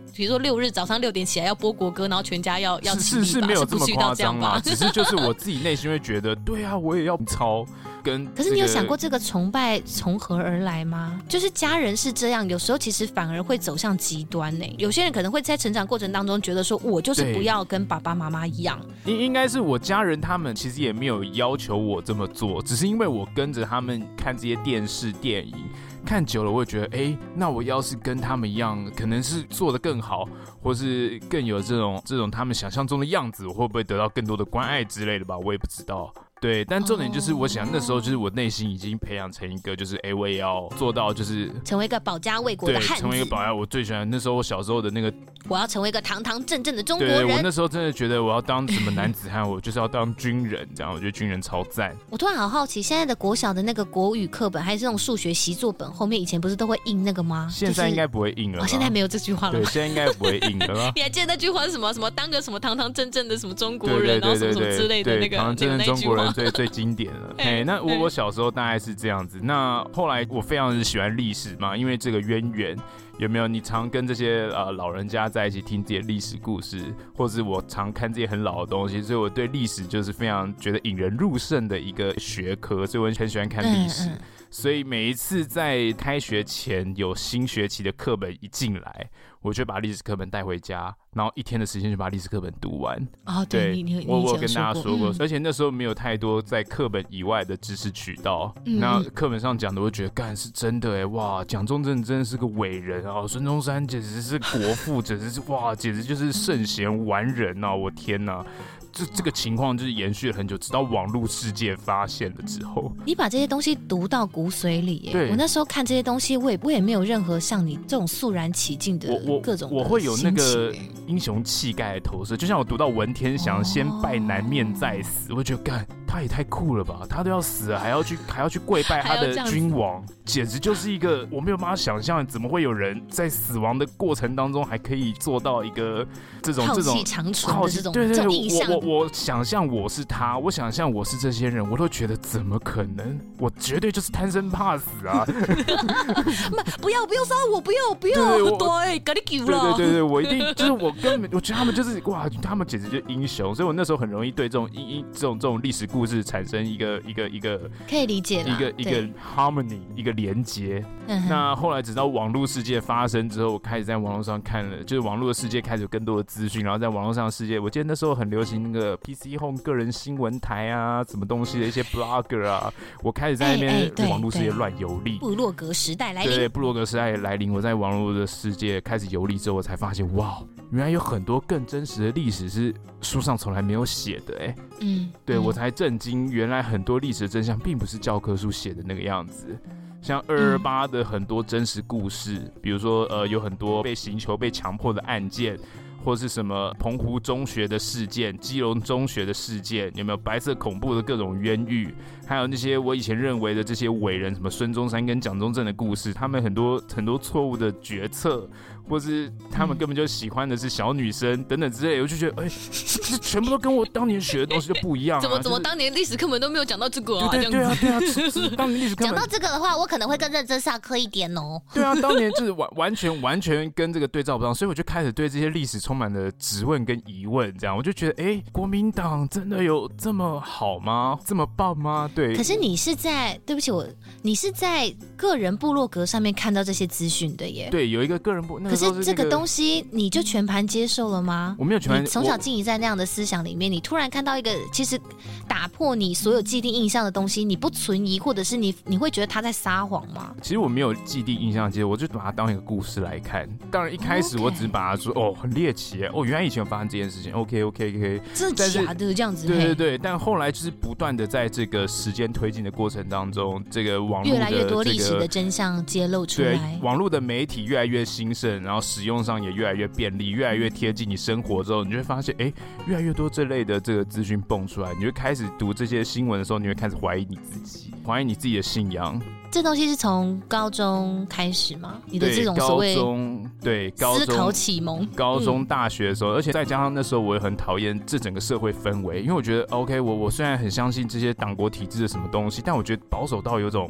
比如说六日早上六点起来要播国歌，然后全家要要起立吧， 是是没有这么夸张吧？ 只是就是我自己内心会觉得，对啊，我也要操。跟、这个、 可是你有想过这个崇拜从何而来吗？就是家人是这样，有时候其实反而会走向极端呢、欸。有些人可能会在成长过程当中觉得说，我就是不要跟爸爸妈妈一样。 应应该是我家人他们其实也没有要求我这么做，只是因为我跟着他们看这些电视电影。看久了，我会觉得，哎、欸，那我要是跟他们一样，可能是做得更好，或是更有这种这种他们想象中的样子，我会不会得到更多的关爱之类的吧？我也不知道。对，但重点就是，我想那时候就是我内心已经培养成一个，就是哎、欸，我也要做到，就是成为一个保家卫国的汉子， 成为一个保家。我最喜欢那时候我小时候的那个， 我要成为一个堂堂正正的中国人。 对，我那时候真的觉得我要当什么男子汉，我就是要当军人，这样我觉得军人超赞。 我突然好好奇，现在的国小的那个国语课本，还是这种数学习作本，后面以前不是都会印那个吗？ 现在应该不会印了、 哦，现在没有这句话了。 对，现在应该不会印了。 你还记得那句话是什么？什么当个什么堂堂正正的什么中国人，然后什么什么之类的那个堂堂正正中国人最最经典。 哎， 那我我小时候大概是这样子。那后来我非常喜欢历史嘛，因为这个渊源有没有？你常跟这些呃老人家在一起听这些历史故事，或是我常看这些很老的东西，所以我对历史就是非常觉得引人入胜的一个学科，所以我很喜欢看历史。嗯嗯，所以每一次在开学前有新学期的课本一进来，我就把历史课本带回家，然后一天的时间就把历史课本读完。 哦，对， 对， 你你我我跟大家说过、嗯，而且那时候没有太多在课本以外的知识渠道。嗯、那课本上讲的，我觉得干是真的哎，哇，蒋中正真的是个伟人啊，孙中山简直是国父，简直是哇，简直就是圣贤完人啊，我天哪！这这个情况就是延续了很久，直到网络世界发现了之后， 你把这些东西读到骨髓里耶。我那时候看这些东西，我也我也没有任何像你这种肃然起敬的各种的我我我会有那个英雄气概的投射，就像我读到文天祥、哦、先拜南面再死，我会觉得干他也太酷了吧，他都要死了还要去还要去跪拜他的君王，简直就是一个我没有办法想象，怎么会有人在死亡的过程当中还可以做到一个这种这种浩气长存的这种对对对， 这种印象。 我我我想象我是他，我想象我是这些人，我都觉得怎么可能？我绝对就是贪生怕死啊！ 不要不要杀我，不要不要！对，赶紧救了！ 对对对对，我一定就是我根本我觉得他们就是哇，他们简直就是英雄，所以我那时候很容易对这种英英这种这种历史故事产生一个一个一个可以理解一个一个 harmony 一个连结。嗯、那后来直到网络世界发生之后，我开始在网络上看了，就是网络的世界开始有更多的资讯，然后在网络上的世界，我记得那时候很流行那个 P C Home 个人新闻台啊，什么东西的一些 blogger 啊，我开始在那边网络世界乱游历。 部落格时代来临， 对，部落格时代来临，我在网络的世界开始游历之后，我才发现哇，原来有很多更真实的历史是书上从来没有写的哎、欸。嗯，对嗯我才震惊，原来很多历史的真相并不是教科书写的那个样子。像二二八的很多真实故事，嗯、比如说呃，有很多被刑求、被强迫的案件。或是什么澎湖中学的事件、基隆中学的事件，有没有白色恐怖的各种冤狱？还有那些我以前认为的这些伟人，什么孙中山跟蒋中正的故事，他们很多很多错误的决策，或是他们根本就喜欢的是小女生等等之类的，我就觉得，哎、欸，这全部都跟我当年学的东西就不一样、啊。 怎么怎么当年历史课本都没有讲到这个啊？ 对对对啊对啊，当年历史课本讲到这个的话，我可能会更认真上课一点哦。 对啊，当年就是完完全完全跟这个对照不上，所以我就开始对这些历史充满了质问跟疑问，这样我就觉得，哎、欸，国民党真的有这么好吗？这么棒吗？对。 可是你是在，对不起我，你是在个人部落格上面看到这些资讯的耶？ 对，有一个个人部，那个是、那个、 可是这个东西你就全盘接受了吗？ 我没有全盘， 你从小浸淫在那样的思想里面，你突然看到一个其实打破你所有既定印象的东西，你不存疑，或者是你你会觉得他在撒谎吗？ 其实我没有既定印象，其实我就把它当一个故事来看。当然一开始我只是把它说、okay. 哦很猎奇，哦原来以前有发生这件事情 ，OK OK OK， 真的假的这样子？ 对对对，但后来就是不断的在这个时间推进的过程当中，这个网络的、这个、 越来越多历史的真相揭露出来， 对，网络的媒体越来越兴盛，然后使用上也越来越便利，越来越贴近你生活之后，你就会发现，哎，越来越多这类的这个资讯蹦出来，你就开始读这些新闻的时候，你会开始怀疑你自己，怀疑你自己的信仰。 这东西是从高中开始吗？你的这种所谓对高中思考启蒙， 高中大学的时候、嗯，而且再加上那时候我也很讨厌这整个社会氛围，因为我觉得 OK， 我我虽然很相信这些党国体制的什么东西，但我觉得保守到有种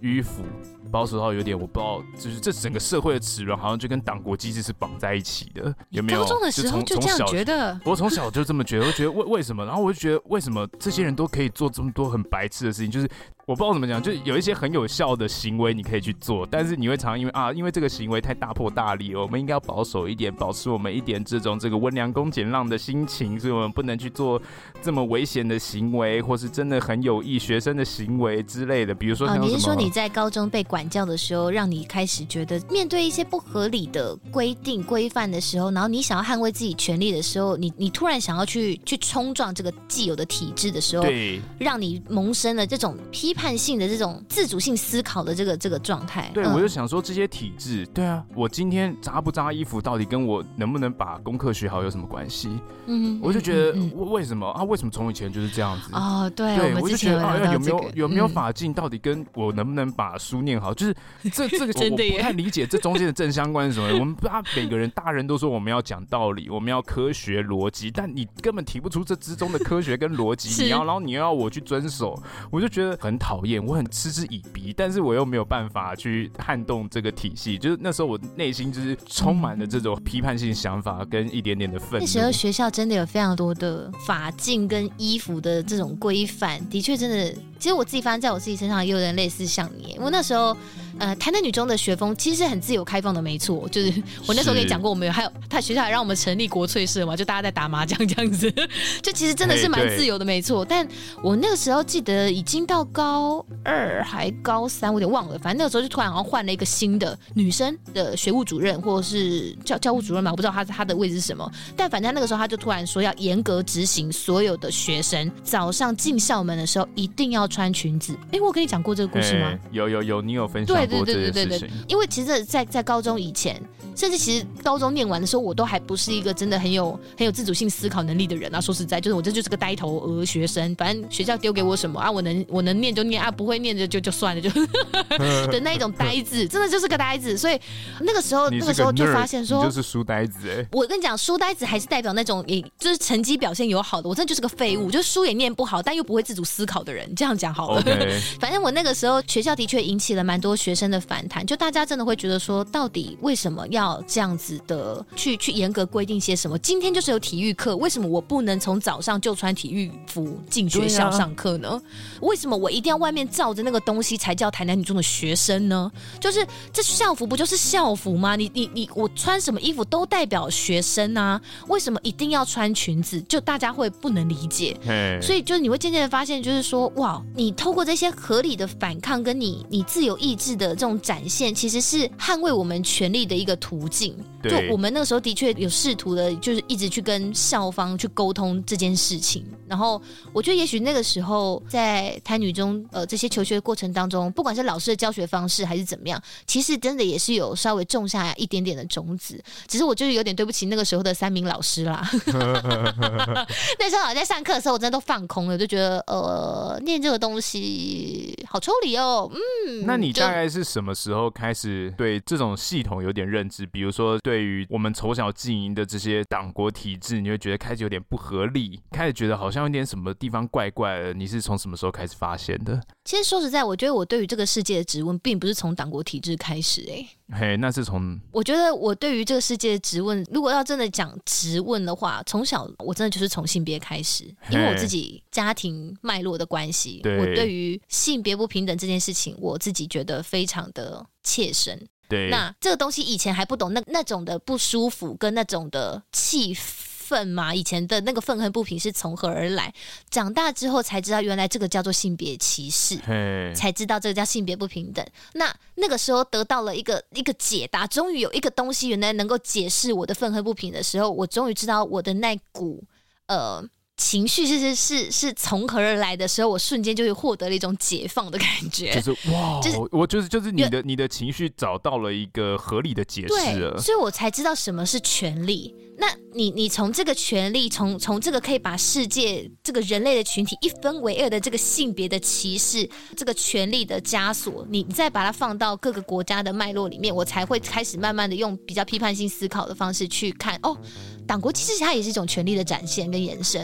迂腐。保守到有点我不知道，就是这整个社会的齿轮好像就跟党国机制是绑在一起的，有没有？ 高中的时候就这样觉得， 我从小就这么觉得，我觉得为为什么？然后我就觉得为什么这些人都可以做这么多很白痴的事情，就是。我不知道怎么讲，就是有一些很有效的行为你可以去做，但是你会常常因为啊，因为这个行为太大破大立了，我们应该要保守一点，保持我们一点这种这个温良恭俭让的心情，所以我们不能去做这么危险的行为，或是真的很有益学生的行为之类的。比如说像什么、哦， 你是说你在高中被管教的时候，让你开始觉得面对一些不合理的规定规范的时候，然后你想要捍卫自己权利的时候，你你突然想要去去冲撞这个既有的体制的时候， 对， 让你萌生了这种批判性的这种自主性思考的这个这个状态。 对、 嗯， 我就想说这些体制，对啊，我今天扎不扎衣服，到底跟我能不能把功课学好有什么关系？嗯，我就觉得、嗯嗯、为什么啊？为什么从以前就是这样子？ 哦，对， 对， 我, 我就觉得啊，有没有、 这个、 有没有法镜，到底跟我能不能把书念好？就是这这个真的耶， 我不太理解这中间的正相关是什么。我们大每个人大人都说我们要讲道理，我们要科学逻辑，但你根本提不出这之中的科学跟逻辑，你要然后你又要我去遵守，我就觉得很讨厌，我很嗤之以鼻，但是我又没有办法去撼动这个体系。就是那时候我内心就是充满了这种批判性想法跟一点点的愤怒。 那时候学校真的有非常多的法镜跟衣服的这种规范，的确真的，其实我自己发现在我自己身上也有点类似像你。我那时候呃，台南女中的学风其实是很自由开放的，没错。就是我那时候跟你讲过，我们有还有他学校还让我们成立国粹社嘛，就大家在打麻将这样子，就其实真的是蛮自由的，没错。但我那个时候记得已经到高二还高三，我有点忘了。反正那个时候就突然好像换了一个新的女生的学务主任，或者是教教务主任嘛，我不知道他他的位置是什么。但反正那个时候他就突然说要严格执行所有的学生早上进校门的时候一定要穿裙子。哎，我跟你讲过这个故事吗？ 有有有，你有分享。 对对对对对对，因为其实在，在高中以前，甚至其实高中念完的时候，我都还不是一个真的很有很有自主性思考能力的人啊。说实在，就是我这就是个呆头鹅学生，反正学校丢给我什么啊，我能我能念就念啊，不会念就就就算了，就的那一种呆子，真的就是个呆子。所以那个时候，那个时候就发现说， 你就是书呆子哎、欸。 我跟你讲，书呆子还是代表那种，也就是成绩表现友好的，我真的就是个废物，就是书也念不好，但又不会自主思考的人。这样讲好了。Okay. 反正我那个时候学校的确引起了蛮多学生的反弹，就大家真的会觉得说，到底为什么要这样子的去去严格规定些什么？今天就是有体育课，为什么我不能从早上就穿体育服进学校上课呢？啊、为什么我一定要外面罩着那个东西才叫台南女中的学生呢？就是这校服不就是校服吗？你你你，我穿什么衣服都代表学生啊，为什么一定要穿裙子？就大家会不能理解，所以就是你会渐渐的发现，就是说，哇，你透过这些合理的反抗，跟你你自由意志的这种展现，其实是捍卫我们权利的一个途径。就我们那个时候的确有试图的，就是一直去跟校方去沟通这件事情。然后我觉得，也许那个时候在台女中呃这些求学的过程当中，不管是老师的教学方式还是怎么样，其实真的也是有稍微种下一点点的种子。只是我就是有点对不起那个时候的三名老师啦。那时候我在上课的时候，我真的都放空了，就觉得呃念这个东西好抽离哦。嗯， 那你大概是什么时候开始对这种系统有点认知？比如说，对于我们从小经营的这些党国体制，你会觉得开始有点不合理，开始觉得好像有点什么地方怪怪的。你是从什么时候开始发现的？ 其实说实在，我觉得我对于这个世界的质问，并不是从党国体制开始、欸，哎， 嘿，那是从我觉得我对于这个世界的质问，如果要真的讲质问的话，从小我真的就是从性别开始，因为我自己家庭脉络的关系，我对于性别不平等这件事情，我自己觉得非常的切身。 对， 那这个东西以前还不懂，那那种的不舒服跟那种的气愤嘛，以前的那个愤恨不平是从何而来？长大之后才知道，原来这个叫做性别歧视，才知道这个叫性别不平等。那那个时候得到了一个一个解答，终于有一个东西原来能够解释我的愤恨不平的时候，我终于知道我的那股呃。情绪是是是是从何而来的时候，我瞬间就会获得了一种解放的感觉， 就是哇，就是我就是就是你的你的情绪找到了一个合理的解释了， 对，所以我才知道什么是权利。那你你从这个权利，从从这个可以把世界这个人类的群体一分为二的这个性别的歧视，这个权利的枷锁，你再把它放到各个国家的脉络里面，我才会开始慢慢的用比较批判性思考的方式去看，哦，党国其实它也是一种权利的展现跟延伸。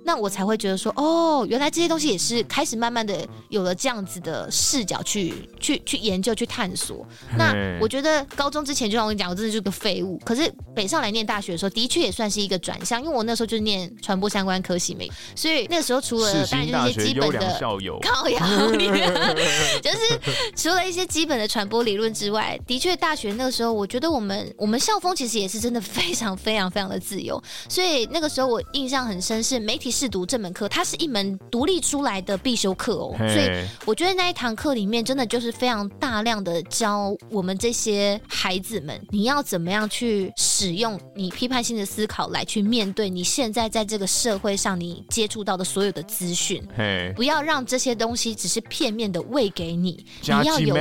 那我才会觉得说，哦，原来这些东西也是开始慢慢的有了这样子的视角去去去研究去探索。那我觉得高中之前就像我跟你讲，我真的就是个废物。可是北上来念大学的时候，的确也算是一个转向，因为我那时候就是念传播相关科系没，所以那个时候除了当然就是一些基本的靠腰，就是除了一些基本的传播理论之外，的确大学那个时候，我觉得我们我们校风其实也是真的非常非常非常的自由，所以那个时候我印象很深是媒体识读这门课，它是一门独立出来的必修课哦，所以我觉得那一堂课里面真的就是非常大量的教我们这些孩子们，你要怎么样去使用你批判性的思考来去面对你现在在这个社会上你接触到的所有的资讯，不要让这些东西只是片面的喂给你，你要有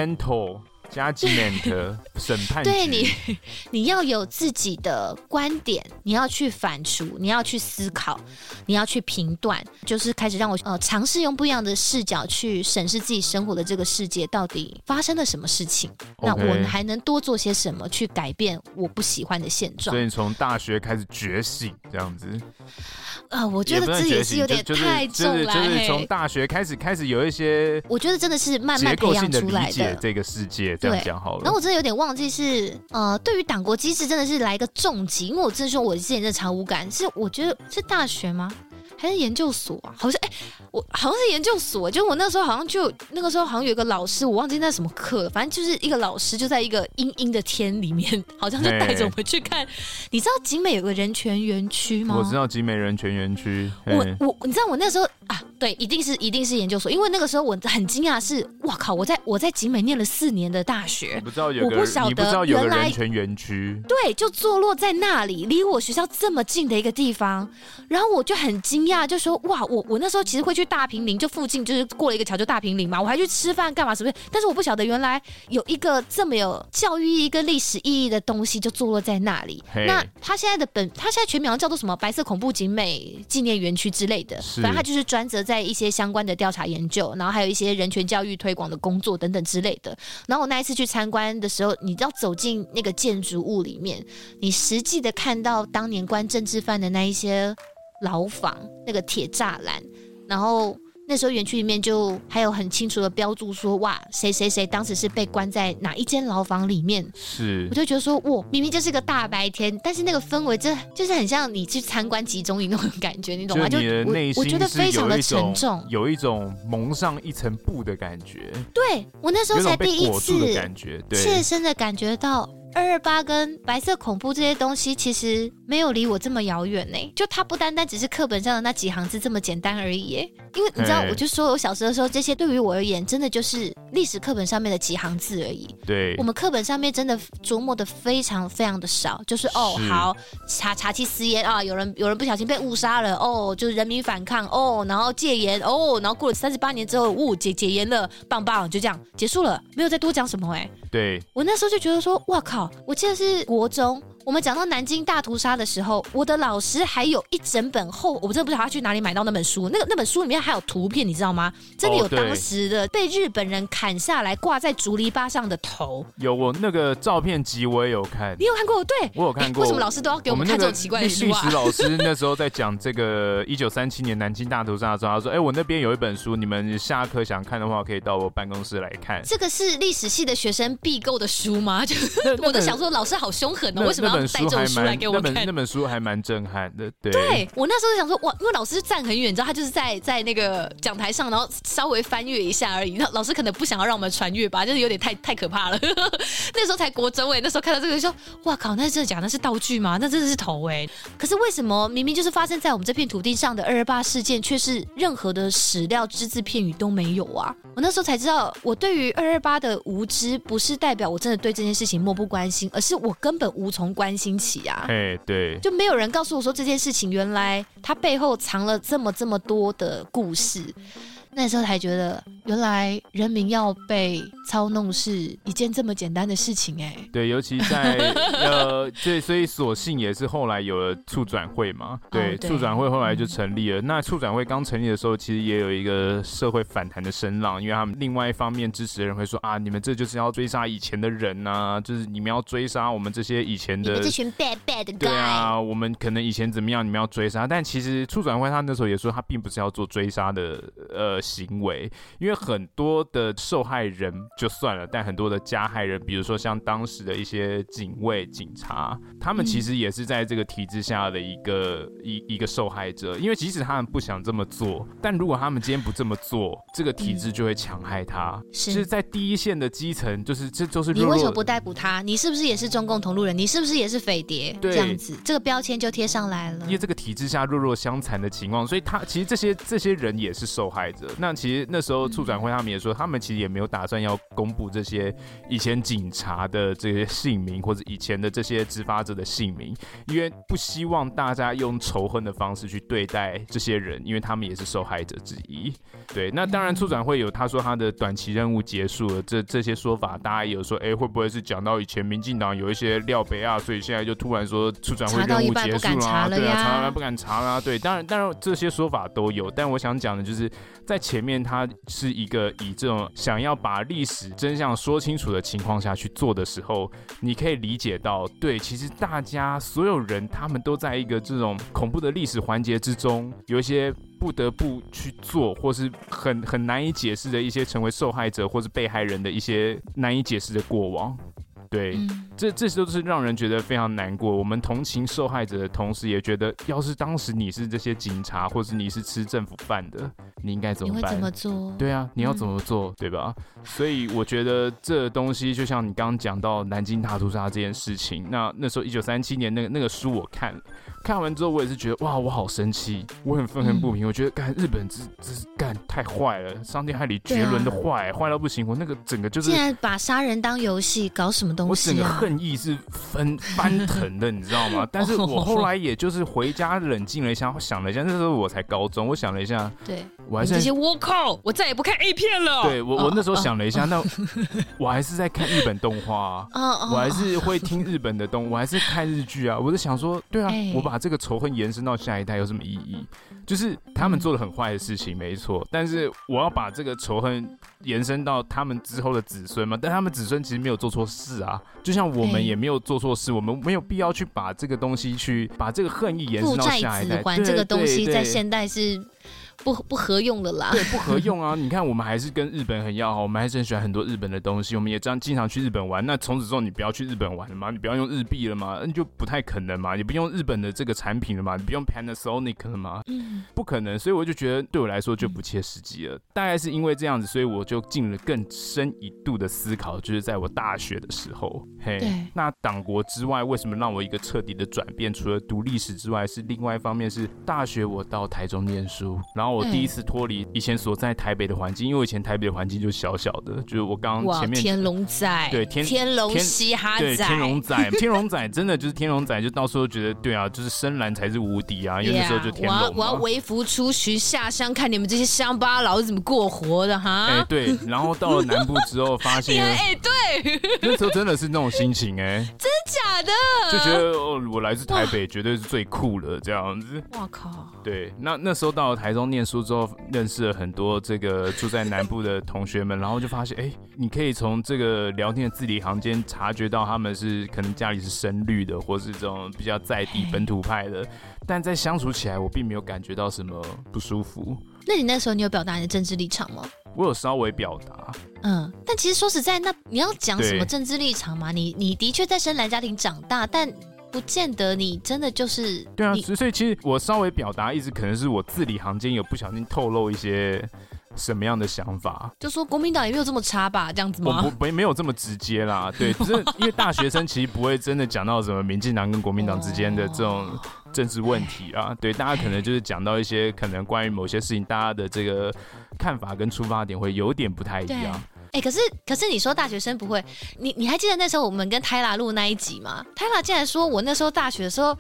judgment 审判局， 对你，你要有自己的观点，你要去反刍，你要去思考，你要去评断，就是开始让我呃尝试用不一样的视角去审视自己生活的这个世界到底发生了什么事情， okay. 那我们还能多做些什么去改变我不喜欢的现状。 所以你从大学开始觉醒这样子。 呃，我觉得这也是有点太重了， 就是从、就是、大学开始开始有一些， 我觉得真的是慢慢培养出来的。 结构性的理解这个世界，这样讲好了。 然后我真的有点忘记是呃，对于党国机制真的是来一个重击，因为我真的说我之前真的超无感，是我觉得是大学吗？还是研究所啊？好像哎、欸，我好像是研究所，就我那时候好像就那个时候好像有一个老师，我忘记那什么课了，反正就是一个老师就在一个阴阴的天里面，好像就带着我们去看。你知道景美有个人权园区吗？ 我知道景美人权园区。 我我你知道我那时候啊，对，一定是一定是研究所，因为那个时候我很惊讶是，哇靠，我在我在景美念了四年的大学， 不知道有个我不晓得原来人权园区， 对，就坐落在那里，离我学校这么近的一个地方，然后我就很惊讶，就说哇，我我那时候其实会去大坪林，就附近就是过了一个桥就大坪林嘛，我还去吃饭干嘛什么，但是我不晓得原来有一个这么有教育意义跟历史意义的东西就坐落在那里。那他现在的本，他现在全名叫做什么白色恐怖景美纪念园区之类的，反正他就是专责在一些相关的调查研究，然后还有一些人权教育推广的工作等等之类的。然后我那一次去参观的时候，你要走进那个建筑物里面，你实际的看到当年关政治犯的那一些牢房，那个铁栅栏，然后那时候园区里面就还有很清楚的标注说，哇，谁谁谁当时是被关在哪一间牢房里面。 是， 我就觉得说，哇，明明就是个大白天，但是那个氛围真就是很像你去参观集中营那种感觉，你懂吗？ 就你的内心我觉得非常的沉重， 有一种蒙上一层布的感觉。 对，我那时候才第一次切身的感觉到二二八跟白色恐怖这些东西其实没有离我这么遥远呢，就它不单单只是课本上的那几行字这么简单而已耶。因为你知道，我就说我小时候的时候，这些对于我而言，真的就是历史课本上面的几行字而已。 对， 我们课本上面真的琢磨的非常非常的少，就是哦，好查查缉私烟啊，有人有人不小心被误杀了哦，就是人民反抗哦，然后戒严哦，然后过了三十八年之后，呜、哦、解解严了，棒棒，就这样结束了，没有再多讲什么哎。 对， 我那时候就觉得说，哇靠，我记得是国中。我们讲到南京大屠杀的时候，我的老师还有一整本厚，我真的不知道他去哪里买到那本书。那个那本书里面还有图片，你知道吗？真的有当时的被日本人砍下来挂在竹篱笆上的头。 有，我那个照片集我也有看。 你有看过？对， 我有看过。 为什么老师都要给我们看这种奇怪的书啊？ 历史老师那时候在讲这个一九三七年南京大屠杀的时候，他说：“哎、欸，我那边有一本书，你们下课想看的话，可以到我办公室来看。” 这个是历史系的学生必购的书吗？就我都想说，老师好凶狠哦，为什么要带这种书来？给我看。 那本那本书还蛮震撼的，对。 对，我那时候就想说，哇，因为老师站很远，你知道，他就是在在那个讲台上，然后稍微翻阅一下而已。老师可能不想要让我们传阅吧，就是有点太太可怕了。那时候才国中哎，那时候看到这个就说，哇靠，那真的假的？那是道具吗？那真的是头哎。可是为什么明明就是发生在我们这片土地上的二二八事件，却是任何的史料只字片语都没有啊？我那时候才知道，我对于二二八的无知，不是代表我真的对这件事情漠不关心，而是我根本无从关心起啊。 哎，对， 就没有人告诉我说这件事情原来它背后藏了这么这么多的故事。那时候才觉得原来人民要被操弄是一件这么简单的事情哎、欸。 对，尤其在呃，对，所以所幸也是后来有了促转会嘛，对，哦、对促转会后来就成立了。嗯、那促转会刚成立的时候，其实也有一个社会反弹的声浪，因为他们另外一方面支持的人会说啊，你们这就是要追杀以前的人啊，就是你们要追杀我们这些以前的， 你们这群 bad bad 的 guy。 对啊，我们可能以前怎么样，你们要追杀。但其实促转会他那时候也说，他并不是要做追杀的呃行为，因为很多的受害人就算了，但很多的加害人，比如说像当时的一些警卫、警察，他们其实也是在这个体制下的一个一一个受害者。因为即使他们不想这么做，但如果他们今天不这么做，这个体制就会强害他。是，就是在第一线的基层，就是这就是弱弱。 你为什么不逮捕他？你是不是也是中共同路人？你是不是也是匪谍？这样子，这个标签就贴上来了。 因为这个体制下弱弱相残的情况，所以他其实这些这些人也是受害者。那其实那时候促转会他们也说，他们其实也没有打算要公布这些以前警察的这些姓名，或者以前的这些执法者的姓名，因为不希望大家用仇恨的方式去对待这些人，因为他们也是受害者之一。对，那当然促转会有他说他的短期任务结束了，这这些说法，大家也有说，哎，会不会是讲到以前民进党有一些料杯啊，所以现在就突然说促转会任务结束了、啊，对啊，查到一半不敢查啦、啊，对，当然当然这些说法都有，但我想讲的就是在前面他是一个以这种想要把历史真相说清楚的情况下去做的时候，你可以理解到，对，其实大家所有人他们都在一个这种恐怖的历史环节之中，有一些不得不去做，或是很很难以解释的一些成为受害者或是被害人的一些难以解释的过往。对，嗯、这这都是让人觉得非常难过。我们同情受害者的同时，也觉得，要是当时你是这些警察，或是你是吃政府饭的，你应该怎么办？ 你会怎么做？ 对啊，你要怎么做，嗯、对吧？所以我觉得这东西，就像你刚刚讲到南京大屠杀这件事情，那那时候一九三七年那个那个书我看了。看完之后，我也是觉得哇，我好生气，我很愤恨不平。嗯、我觉得干日本这这是干太坏了，伤天害理，绝伦的坏，坏、啊、到不行。我那个整个就是， 竟然把杀人当游戏，搞什么东西、啊？ 我整个恨意是翻翻腾的，你知道吗？但是我后来也就是回家冷静了一下，我想了一下，那时候我才高中，我想了一下， 对， 我还是这些倭寇，我再也不看 A 片了。 对我，我那时候想了一下，哦、那我还是在看日本动画、啊，哦、我还是会听日本的动，我还是看日剧啊。我就想说，对啊，欸、我把这个仇恨延伸到下一代有什么意义？就是他们做了很坏的事情，没错，但是我要把这个仇恨延伸到他们之后的子孙嘛？但他们子孙其实没有做错事啊，就像我们也没有做错事，我们没有必要去把这个东西去把这个恨意延伸到下一代。 父债子还这个东西在现代是不不合用的啦， 对，不合用啊！你看，我们还是跟日本很要好，我们还是很喜欢很多日本的东西，我们也这样经常去日本玩。那从此之后，你不要去日本玩了嘛，你不要用日币了嘛，那就不太可能嘛。你不用日本的这个产品了嘛，你不用 Panasonic 了嘛，嗯，不可能。所以我就觉得对我来说就不切实际了。嗯、大概是因为这样子，所以我就进了更深一度的思考，就是在我大学的时候，嘿，那党国之外，为什么让我一个彻底的转变？除了读历史之外，是另外一方面是大学我到台中念书，然后我第一次脱离以前所在台北的环境，因为我以前台北的环境就小小的，就是我刚刚前面天龙仔， 对天天龙嘻哈仔， 对天龙仔，天龙仔真的就是天龙仔，就到时候觉得对啊，就是深蓝才是无敌啊，因为那时候就天龙嘛。 我要我要微服出巡下乡，看你们这些乡巴佬怎么过活的哈。 哎、欸、对，然后到了南部之后发现， 哎、欸、对， 那时候真的是那种心情哎、欸， 真假的， 就觉得哦，我来自台北绝对是最酷的这样子。 哇靠！ 对，那那时候到了台中念书之后，认识了很多这个住在南部的同学们，然后就发现，哎、欸，你可以从这个聊天的字里行间察觉到他们是可能家里是深绿的，或是这种比较在地本土派的，但在相处起来，我并没有感觉到什么不舒服。 那你那时候你有表达你的政治立场吗？ 我有稍微表达， 嗯，但其实说实在，那你要讲什么政治立场嘛？你你的确在深蓝家庭长大，但不见得你真的就是对啊，所以其实我稍微表达意思，可能是我字里行间有不小心透露一些什么样的想法， 就说国民党也没有这么差吧，这样子吗？ 我不没有这么直接啦，对，只是因为大学生其实不会真的讲到什么民进党跟国民党之间的这种政治问题啊，对，大家可能就是讲到一些可能关于某些事情，大家的这个看法跟出发点会有点不太一样。 哎、欸，可是可是你说大学生不会，你你还记得那时候我们跟泰拉录那一集吗？泰拉竟然说我那时候大学的时候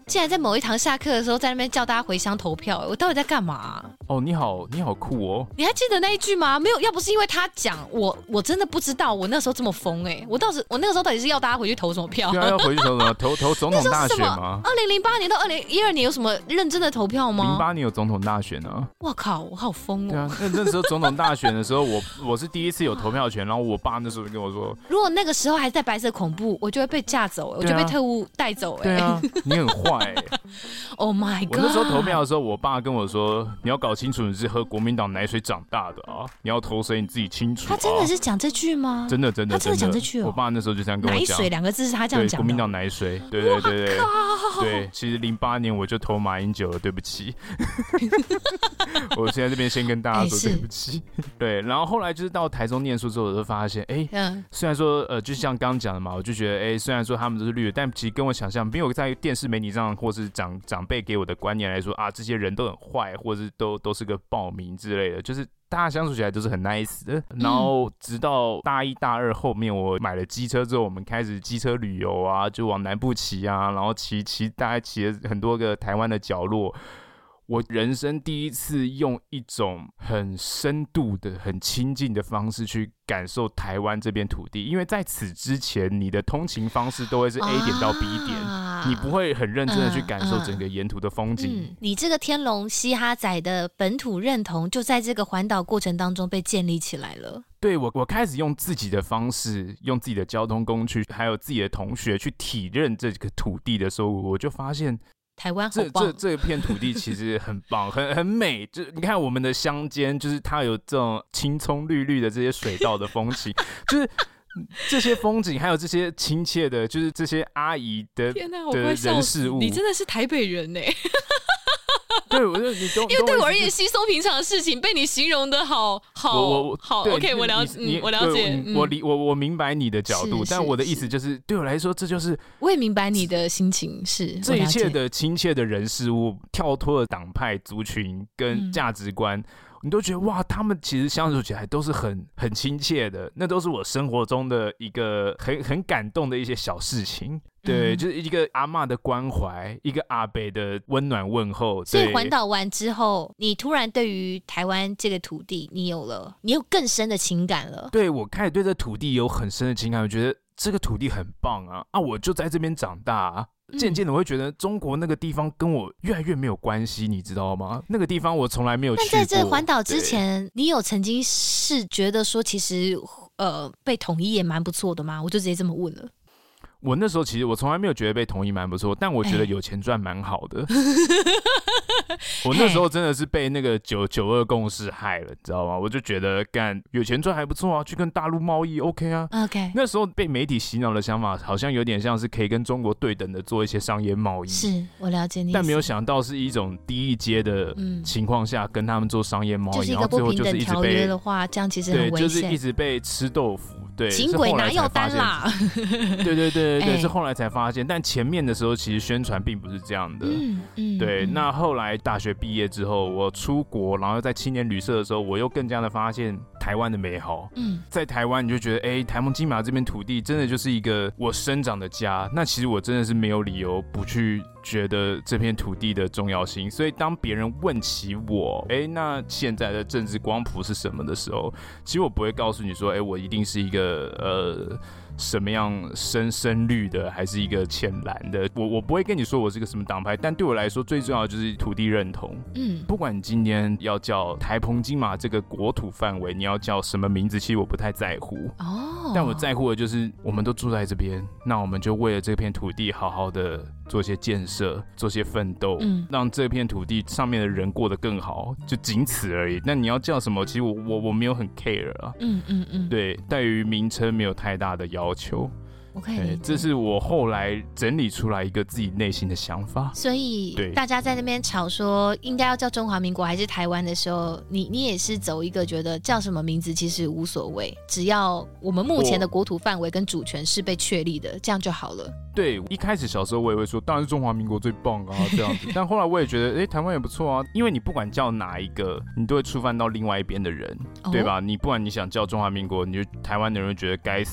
竟然在某一堂下课的时候，在那边叫大家回乡投票，我到底在干嘛啊？ 哦，你好，你好酷哦！ 你还记得那一句吗？没有，要不是因为他讲，我我真的不知道我那时候这么疯哎、欸！我倒是我那个时候到底是要大家回去投什么票？ 对啊，要回去投什么？投投总统大选吗？ 二零零八年到二零一二年有什么认真的投票吗？ 零八年有总统大选啊！ 我靠，我好疯哦！ 对啊，那那时候总统大选的时候，我我是第一次有投票权，然后我爸那时候就跟我说， 如果那个时候还在白色恐怖，我就会被架走、欸，我就被特务带走、欸。 对啊，你很坏、欸。 Oh my god！ 我那时候投票的时候，我爸跟我说：“你要搞清楚你是喝国民党奶水长大的啊，你要投谁你自己清楚、啊。” 他真的是讲这句吗？ 真的真的， 他真的讲这句哦。 我爸那时候就这样跟我讲。 奶水两个字是他这样讲的。 对，国民党奶水，对对对对对。其实零八年我就投马英九了，对不起。我现在这边先跟大家说对不起。对，然后后来就是到台中念书之后，我就发现，哎、欸，虽然说呃，就像刚刚讲的嘛，我就觉得，哎、欸，虽然说他们都是绿的，但其实跟我想象没有在电视媒体上或是长长辈给我的观念来说啊，这些人都很坏，或是都都是个暴民之类的，就是大家相处起来都是很 nice 的。然后直到大一大二后面，我买了机车之后，我们开始机车旅游啊，就往南部骑啊，然后骑骑大概骑了很多个台湾的角落。我人生第一次用一种很深度的、很亲近的方式去感受台湾这片土地，因为在此之前，你的通勤方式都会是 A 点到 B 点，啊、你不会很认真的去感受整个沿途的风景。 嗯嗯、你这个天龙嘻哈仔的本土认同，就在这个环岛过程当中被建立起来了。 对，我我开始用自己的方式，用自己的交通工具，还有自己的同学去体认这个土地的时候，我就发现。 台湾好棒， 这这这片土地其实很棒，很很美。就你看我们的乡间，就是它有这种青葱绿绿的这些水稻的风情，就是这些风景，还有这些亲切的，就是这些阿姨的天哪， 的人事物。 你真的是台北人呢、欸。 对，我就你都因为对我而言稀松平常的事情被你形容的好好我我好 OK 我了嗯我了解嗯、我理我我明白你的角度，但我的意思就是对我来说这就是我也明白你的心情是这一切的亲切的人事物，跳脱了党派族群跟价值观。嗯你都觉得哇，他们其实相处起来都是很很亲切的，那都是我生活中的一个很很感动的一些小事情。对，嗯、就是一个阿嬷的关怀，一个阿伯的温暖问候。 所以环岛完之后，你突然对于台湾这个土地，你有了，你有更深的情感了。 对，我开始对这土地有很深的情感，我觉得这个土地很棒啊！啊，我就在这边长大啊。渐渐的我会觉得中国那个地方跟我越来越没有关系，你知道吗？那个地方我从来没有去过。 但在这环岛之前，你有曾经是觉得说，其实呃被统一也蛮不错的吗？我就直接这么问了。 我那时候其实我从来没有觉得被统一蛮不错，但我觉得有钱赚蛮好的。我那时候真的是被那个九九二共识害了，你知道吗？我就觉得干有钱赚还不错啊，去跟大陆贸易 OK 啊。 OK。 那时候被媒体洗脑的想法，好像有点像是可以跟中国对等的做一些商业贸易。 是我了解你， 但没有想到是一种低一阶的情况下、嗯、跟他们做商业贸易， 就是一个不平等条约的话，这样其实很危险。 对，就是一直被吃豆腐。对， 请鬼哪有单啦？ 对对对对对，是后来才发现，但前面的时候其实宣传并不是这样的。嗯嗯，对。那后来大学毕业之后，我出国，然后在青年旅社的时候，我又更加的发现台湾的美好。嗯，在台湾你就觉得，哎、欸，台澎金马这片土地真的就是一个我生长的家。那其实我真的是没有理由不去觉得这片土地的重要性。所以当别人问起我，哎、欸，那现在的政治光谱是什么的时候，其实我不会告诉你说，哎、欸，我一定是一个。呃，什么样深深绿的，还是一个浅蓝的？我我不会跟你说我是个什么党派，但对我来说最重要的就是土地认同。嗯，不管你今天要叫台澎金马这个国土范围，你要叫什么名字，其实我不太在乎。哦，但我在乎的就是我们都住在这边，那我们就为了这片土地好好的做些建设，做些奋斗，嗯，让这片土地上面的人过得更好，就仅此而已。那你要叫什么？其实我我我没有很 care 啊。嗯嗯嗯，对，对于名称没有太大的要求。 OK， 这是我后来整理出来一个自己内心的想法。 所以大家在那边吵说应该要叫中华民国还是台湾的时候，你你也是走一个觉得叫什么名字其实无所谓，只要我们目前的国土范围跟主权是被确立的，这样就好了。 对，一开始小时候我也会说，当然是中华民国最棒啊，这样子。但后来我也觉得，哎、欸，台湾也不错啊，因为你不管叫哪一个，你都会触犯到另外一边的人，哦、对吧？你不管你想叫中华民国，你就台湾的人会觉得该死。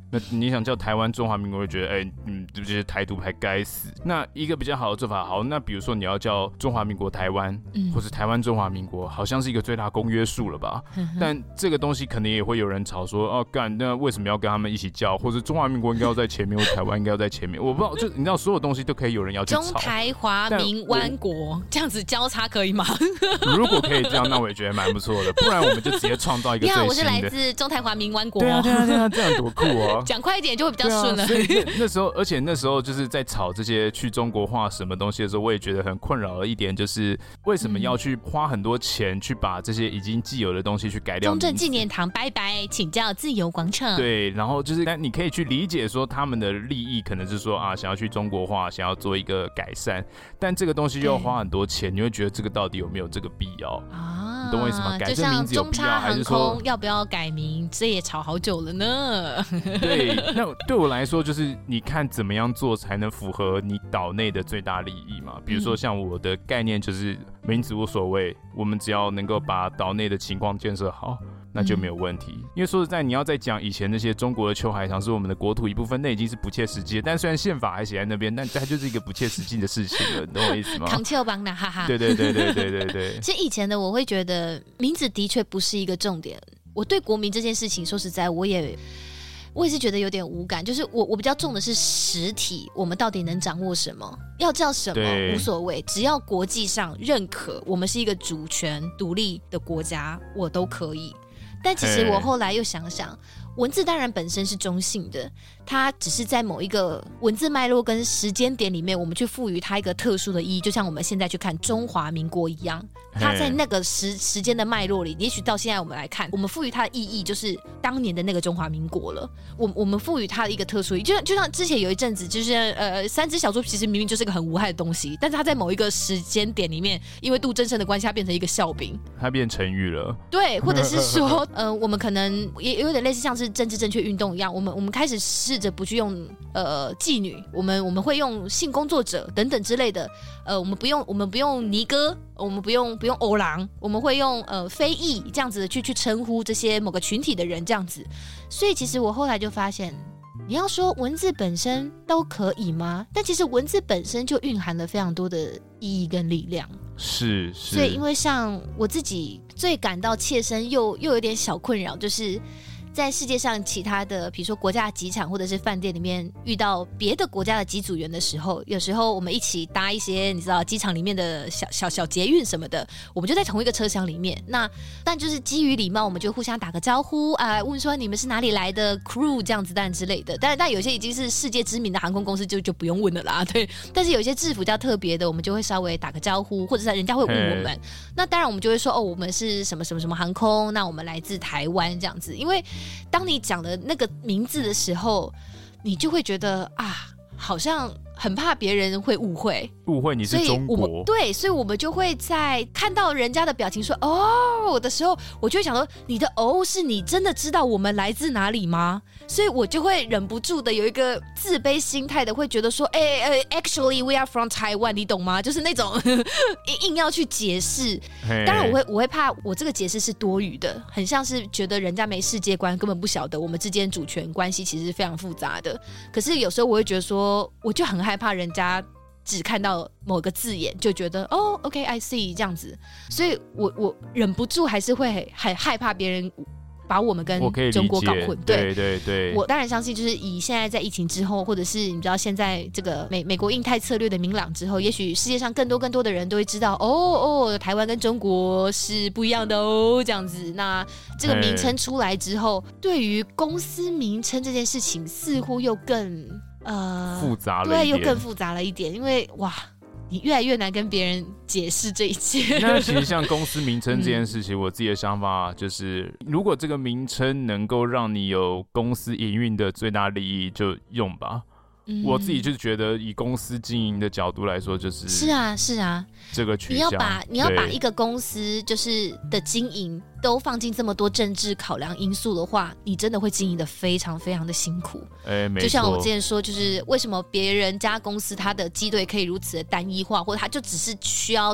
那你想叫台湾中华民国，会觉得哎、欸，嗯，这些台独派该死。那一个比较好的做法，好，那比如说你要叫中华民国台湾，嗯、或是台湾中华民国，好像是一个最大公约数了吧？但这个东西可能也会有人吵说，哦，干，那为什么要跟他们一起叫？或者中华民国应该要在前面，或台湾应该要在前面？我不知道，就你知道，所有东西都可以有人要去吵。 中台华民湾国这样子交叉可以吗？ 如果可以这样，那我也觉得蛮不错的。不然我们就直接创造一个最新的。 你好，我是来自中台华民湾国。 对啊，对啊，对啊，这样多酷啊！ 讲快一点就会比较顺了。 啊、所以 那, 那时候，而且那时候就是在吵这些去中国化什么东西的时候，我也觉得很困扰的一点就是，为什么要去花很多钱去把这些已经既有的东西去改掉？ 中正纪念堂拜拜，请叫自由广场。 对，然后就是，但你可以去理解说他们的利益可能是说啊，想要去中国化，想要做一个改善，但这个东西又要花很多钱，你会觉得这个到底有没有这个必要啊？你懂我意思吗？改这名字有必要，还是说要不要改名？这也吵好久了呢。 对，那对我来说，就是你看怎么样做才能符合你岛内的最大利益嘛？比如说像我的概念就是名字无所谓，我们只要能够把岛内的情况建设好，那就没有问题。因为说实在，你要再讲以前那些中国的秋海棠是我们的国土一部分，那已经是不切实际的。但虽然宪法还写在那边，但它就是一个不切实际的事情了，你懂我意思吗？ 扛秋帮的，哈哈。 对对对对对对对。 其实以前的我会觉得名字的确不是一个重点。我对国民这件事情，说实在，我也。我也是觉得有点无感，就是我我比较重的是实体，我们到底能掌握什么，要叫什么无所谓，只要国际上认可我们是一个主权独立的国家，我都可以。但其实我后来又想想，文字当然本身是中性的，它只是在某一个文字脉络跟时间点里面，我们去赋予它一个特殊的意义，就像我们现在去看中华民国一样，它在那个时时间的脉络里，也许到现在我们来看，我们赋予它的意义就是当年的那个中华民国了。我我们赋予它的一个特殊意义，就像就像之前有一阵子，就是呃，三只小猪其实明明就是个很无害的东西，但是它在某一个时间点里面，因为杜真胜的关系，它变成一个笑柄， 它变成语了。 对，或者是说，呃，我们可能也有点类似像是政治正确运动一样，我们我们开始试着不去用呃妓女，我们我们会用性工作者等等之类的，呃，我们不用我们不用尼哥，我们不用不用欧郎，我们会用呃非裔这样子的去去称呼这些某个群体的人这样子。所以其实我后来就发现，你要说文字本身都可以吗？但其实文字本身就蕴含了非常多的意义跟力量。 是是。 所以因为像我自己最感到切身又又有点小困扰，就是在世界上其他的比如说国家的机场或者是饭店里面遇到别的国家的机组员的时候，有时候我们一起搭一些你知道机场里面的小小小捷运什么的，我们就在同一个车厢里面，那但就是基于礼貌，我们就互相打个招呼啊、呃，问说你们是哪里来的 crew 这样子但之类的。但但有些已经是世界知名的航空公司就就不用问了啦，对。但是有些制服较特别的，我们就会稍微打个招呼，或者是人家会问我们，那当然我们就会说哦，我们是什么什么什么航空，那我们来自台湾这样子。因为当你讲了那个名字的时候，你就会觉得啊，好像很怕别人会误会， 误会你是中国。 对，所以我们就会在看到人家的表情说哦的时候，我就会想说，你的哦是你真的知道我们来自哪里吗？所以我就会忍不住的有一个自卑心态的，会觉得说，哎、欸、哎、欸、，actually we are from Taiwan， 你懂吗？就是那种硬要去解释。当然我会我会怕我这个解释是多余的，很像是觉得人家没世界观，根本不晓得我们之间主权关系其实是非常复杂的。可是有时候我会觉得说，我就很害怕人家只看到某个字眼就觉得哦 ，OK I see 这样子，所以我我忍不住还是会很害怕别人把我们跟中国搞混。 对对对， 我当然相信，就是以现在在疫情之后，或者是你知道现在这个美美国印太策略的明朗之后，也许世界上更多更多的人都会知道，哦哦，台湾跟中国是不一样的哦，这样子。那这个名称出来之后，对于公司名称这件事情，似乎又更。呃， 复杂了一点， 对，又更复杂了一点，因为哇，你越来越难跟别人解释这一切。 那其实像公司名称这件事情，嗯、我自己的想法就是，如果这个名称能够让你有公司营运的最大利益，就用吧。嗯、我自己就是觉得，以公司经营的角度来说，就是是啊是啊， 这个取向， 你要把你要把一个公司就是的经营都放进这么多政治考量因素的话，你真的会经营的非常非常的辛苦。 哎，没错。 就像我之前说，就是为什么别人家公司它的机队可以如此的单一化，或者它就只是需要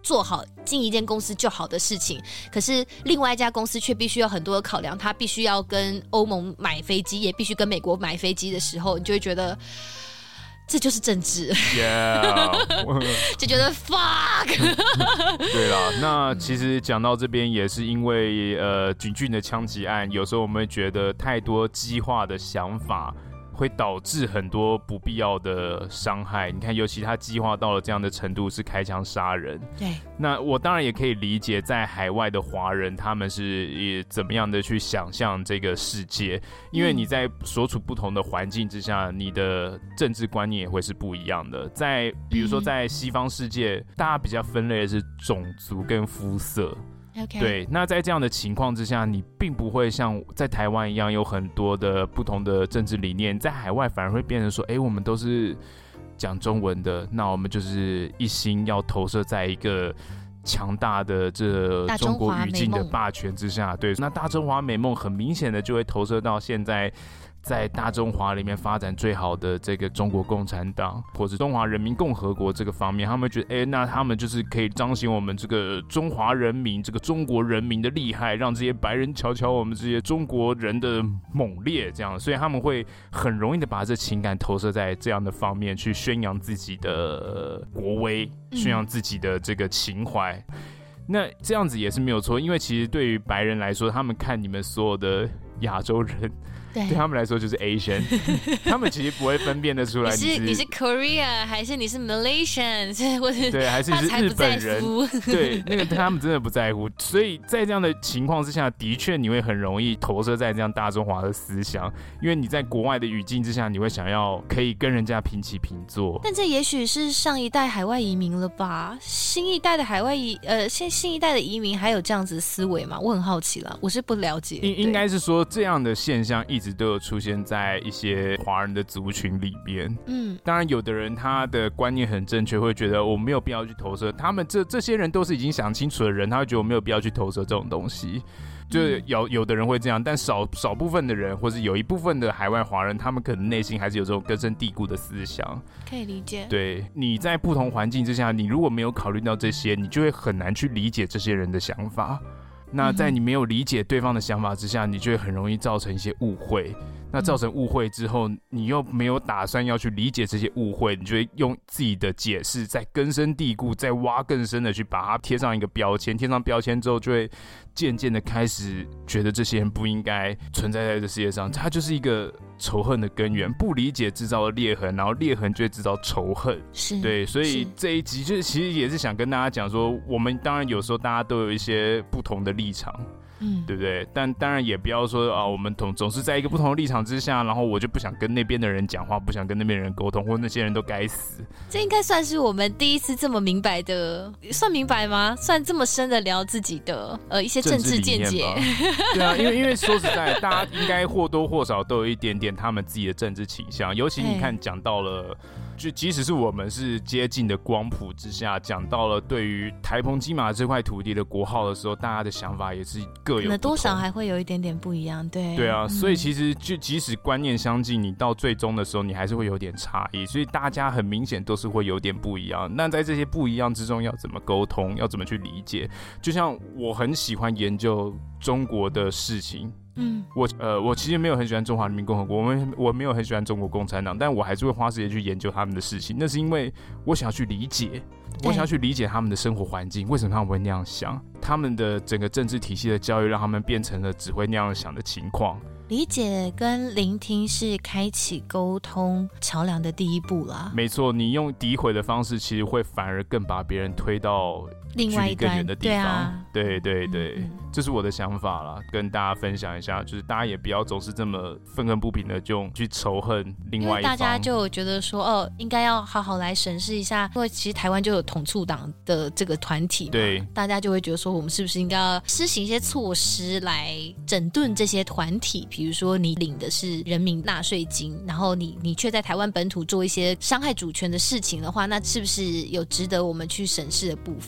做好进一间公司就好的事情，可是另外一家公司却必须有很多的考量，他必须要跟欧盟买飞机，也必须跟美国买飞机的时候，你就会觉得这就是政治 yeah 就觉得 fuck 对啦，那其实讲到这边也是因为呃君俊的枪击案，有时候我们会觉得太多激化的想法会导致很多不必要的伤害。你看，尤其他激化到了这样的程度，是开枪杀人。 对， 那我当然也可以理解，在海外的华人他们是也怎么样的去想象这个世界，因为你在所处不同的环境之下，你的政治观念也会是不一样的。在比如说在西方世界，大家比较分类的是种族跟肤色。 Okay. 对，那在这样的情况之下，你并不会像在台湾一样有很多的不同的政治理念，在海外反而会变成说，哎，我们都是讲中文的，那我们就是一心要投射在一个强大的这中国语境的霸权之下。对，那大中华美梦很明显的就会投射到现在在大中华里面发展最好的这个中国共产党或者中华人民共和国这个方面，他们觉得，哎，那他们就是可以彰显我们这个中华人民、这个中国人民的厉害，让这些白人瞧瞧我们这些中国人的猛烈，这样，所以他们会很容易的把这情感投射在这样的方面，去宣扬自己的国威，宣扬自己的这个情怀。嗯，那这样子也是没有错，因为其实对于白人来说，他们看你们所有的亚洲人，对, 对他们来说就是 Asian 他们其实不会分辨得出来你是你是 Korea 还是你是 Malaysian 或者对，还是你是日本人对，那个他们真的不在乎。所以在这样的情况之下，的确你会很容易投射在这样大中华的思想，因为你在国外的语境之下，你会想要可以跟人家平起平坐。 但这也许是上一代海外移民了吧？新一代的海外移呃现新一代的移民还有这样子思维吗？我很好奇啦，我是不了解。 应应该是说这样的现象一直都有出现在一些华人的族群里边。嗯，当然有的人他的观念很正确，会觉得我没有必要去投射，他们这这些人都是已经想清楚的人，他会觉得我没有必要去投射这种东西。就是有有的人会这样，但少少部分的人，或是有一部分的海外华人，他们可能内心还是有这种根深蒂固的思想， 可以理解。 对，你在不同环境之下，你如果没有考虑到这些，你就会很难去理解这些人的想法。那在你没有理解对方的想法之下，你就会很容易造成一些误会。那造成误会之后，你又没有打算要去理解这些误会，你就会用自己的解释再根深蒂固，再挖更深的去把它贴上一个标签。贴上标签之后，就会渐渐的开始觉得这些人不应该存在在这世界上。它就是一个仇恨的根源，不理解制造了裂痕，然后裂痕就会制造仇恨。 是， 对，所以这一集就其实也是想跟大家讲说，我们当然有时候大家都有一些不同的立场。嗯，对不对？但当然也不要说啊，我们总总是在一个不同的立场之下，然后我就不想跟那边的人讲话，不想跟那边的人沟通，或者那些人都该死。 这应该算是我们第一次这么明白的，算明白吗？算这么深的聊自己的呃一些政治见解。 对啊，因为因为说实在，大家应该或多或少都有一点点他们自己的政治倾向，尤其你看讲到了。就即使是我们是接近的光谱之下，讲到了对于台澎金马这块土地的国号的时候，大家的想法也是各有不同，可能多少还会有一点点不一样。对对啊，嗯，所以其实就即使观念相近，你到最终的时候，你还是会有点差异。所以大家很明显都是会有点不一样。那在这些不一样之中，要怎么沟通，要怎么去理解？就像我很喜欢研究中国的事情。嗯，我呃，我其实没有很喜欢中华人民共和国，我们我没有很喜欢中国共产党，但我还是会花时间去研究他们的事情。那是因为我想要去理解，我想要去理解他们的生活环境，为什么他们会那样想，他们的整个政治体系的教育让他们变成了只会那样想的情况。 理解跟聆听是开启沟通桥梁的第一步啦。 没错，你用诋毁的方式，其实会反而更把别人推到另外一更远的地方。 对啊， 对对对，嗯嗯，这是我的想法啦，跟大家分享一下，就是大家也不要总是这么愤恨不平的就去仇恨另外一方。因为大家就有觉得说，哦，应该要好好来审视一下，因为其实台湾就有统促党的这个团体嘛， 对， 大家就会觉得说，我们是不是应该要施行一些措施来整顿这些团体？比如说你领的是人民纳税金，然后你你却在台湾本土做一些伤害主权的事情的话，那是不是有值得我们去审视的部分？然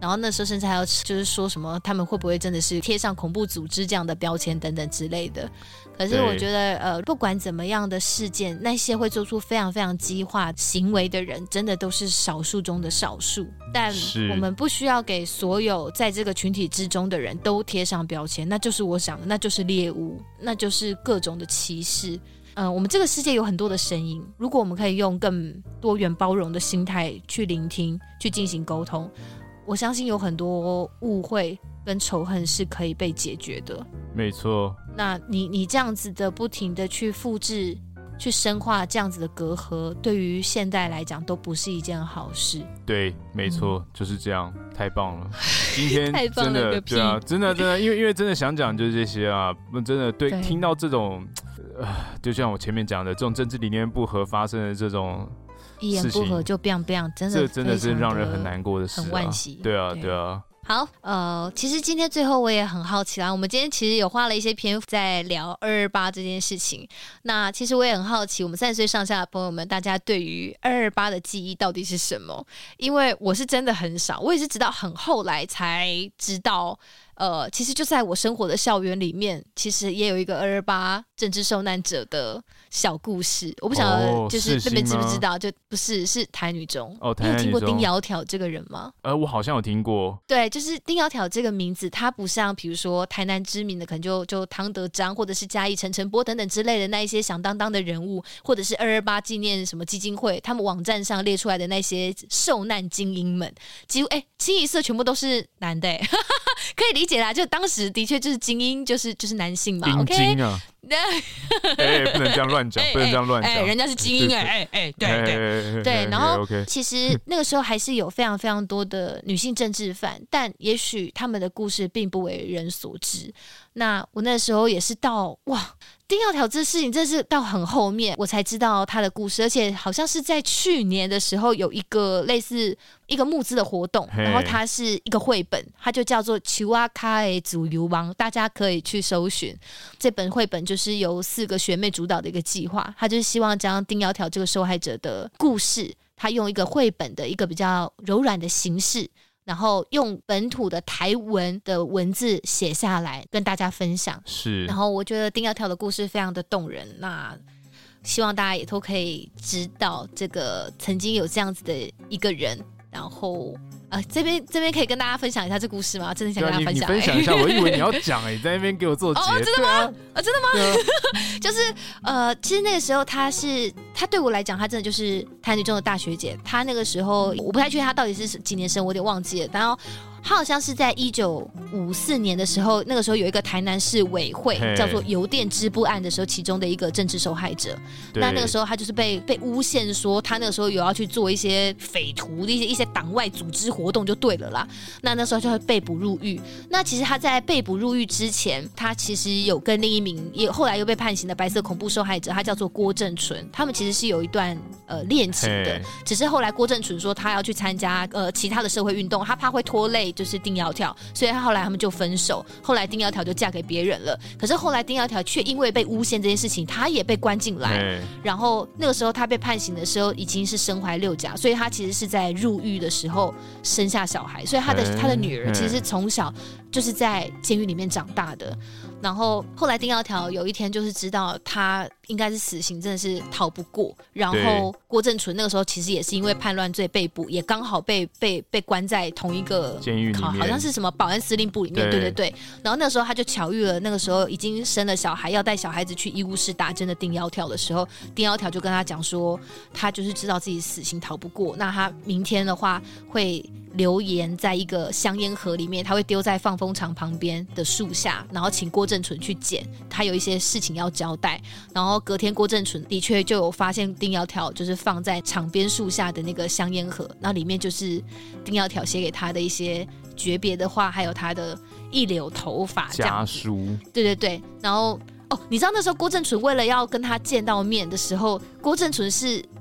然后那时候甚至还有就是说什么他们会不会真的是贴上恐怖组织这样的标签等等之类的。可是我觉得呃，不管怎么样的事件，那些会做出非常非常激化行为的人真的都是少数中的少数，但我们不需要给所有在这个群体之中的人都贴上标签，那就是我想的，那就是猎物，那就是各种的歧视。嗯、呃，我们这个世界有很多的声音，如果我们可以用更多元包容的心态去聆听，去进行沟通，我相信有很多误会跟仇恨是可以被解决的。 没错。 那你你这样子的不停的去复制去深化这样子的隔阂，对于现代来讲都不是一件好事。 对，没错、嗯、就是这样。太棒了，今天真的对啊，真的真的，因为因为真的想讲就是这些啊，真的 对, 对听到这种、呃、就像我前面讲的这种政治理念不合发生的这种一言不合就 biang biang， 真的这真的是让人很难过的事、啊， 很惋惜。 对啊，对啊。 好，呃，其实今天最后我也很好奇啦，我们今天其实有花了一些篇幅在聊二二八这件事情。那其实我也很好奇，我们三十岁上下的朋友们，大家对于二二八的记忆到底是什么？因为我是真的很少，我也是直到很后来才知道。呃，其实就在我生活的校园里面，其实也有一个二二八政治受难者的小故事。我不晓得，就是这边知不知道？就不是是台女中哦，台女中，你有听过丁窈窕这个人吗？ 呃，我好像有听过。 对，就是丁窈窕这个名字，它不像比如说台南知名的，可能就就汤德章或者是嘉义陈澄波等等之类的那一些响当当的人物，或者是二二八纪念什么基金会，他们网站上列出来的那些受难精英们，几乎哎，清一色全部都是男的，可以理解。解啦，就当时的确就是精英，就是就是男性嘛。 阴茎啊，哎、欸，不能这样乱讲，不能这样乱讲。哎、 欸，人家是精英哎哎哎，对对、欸、对。然后其实那个时候还是有非常非常多的女性政治犯，但也许他们的故事并不为人所知。那我那时候也是到哇。丁窈窕这事情真是到很后面我才知道他的故事，而且好像是在去年的时候有一个类似一个募资的活动，然后它是一个绘本，它就叫做《丘阿卡的自由网》，大家可以去搜寻。这本绘本就是由四个学妹主导的一个计划，它就是希望将丁窈窕这个受害者的故事，它用一个绘本的一个比较柔软的形式，然后用本土的台文的文字写下来跟大家分享。 是，然后我觉得丁窈窕的故事非常的动人，那希望大家也都可以知道这个曾经有这样子的一个人。然后呃，这边这边可以跟大家分享一下这故事吗？真的想跟大家分享、欸、 你, 你分享一下，我以为你要讲哎、欸，你在那边给我做结。 哦，真的吗？啊、哦，真的吗？啊、就是呃，其实那个时候她是，她对我来讲，她真的就是台女中的大学姐。她那个时候我不太确定她到底是几年生，我有点忘记了。然后她好像是在一九五四年的时候，那个时候有一个台南市委会叫做邮电支部案的时候，其中的一个政治受害者。那那个时候她就是被被诬陷说，她那个时候有要去做一些匪徒的一些一些党外组织活动就对了啦。那那时候就会被捕入狱。那其实她在被捕入狱之前，她其实有跟另一名也后来又被判刑的白色恐怖受害者，他叫做郭正淳，他们其实是有一段呃恋情的，只是后来郭正淳说他要去参加呃其他的社会运动，他怕会拖累就是丁窈窕，所以他后来他们就分手。后来丁窈窕就嫁给别人了，可是后来丁窈窕却因为被诬陷这件事情，他也被关进来。然后那个时候他被判刑的时候已经是身怀六甲，所以他其实是在入狱的时候生下小孩，所以他的他的女儿其实是从小就是在监狱里面长大的。然后后来丁窈窕有一天就是知道他应该是死刑真的是逃不过，然后郭正淳那个时候其实也是因为叛乱罪被捕，也刚好被被被关在同一个监狱里面， 好像是什么保安司令部里面。对对对。然后那个时候他就巧遇了那个时候已经生了小孩要带小孩子去医务室打针的丁窈窕的时候，丁窈窕就跟他讲说，他就是知道自己死刑逃不过，那他明天的话会留言在一个香烟盒里面，他会丢在放风场旁边的树下，然后请郭正淳去捡，他有一些事情要交代。然后隔天郭正淳的确就有发现丁窈窕就是放在场边树下的那个香烟盒，那里面就是丁窈窕写给他的一些诀别的话，还有他的一绺头发家书。 对对对。然后哦，你知道那时候郭正淳为了要跟他见到面的时候，郭正淳是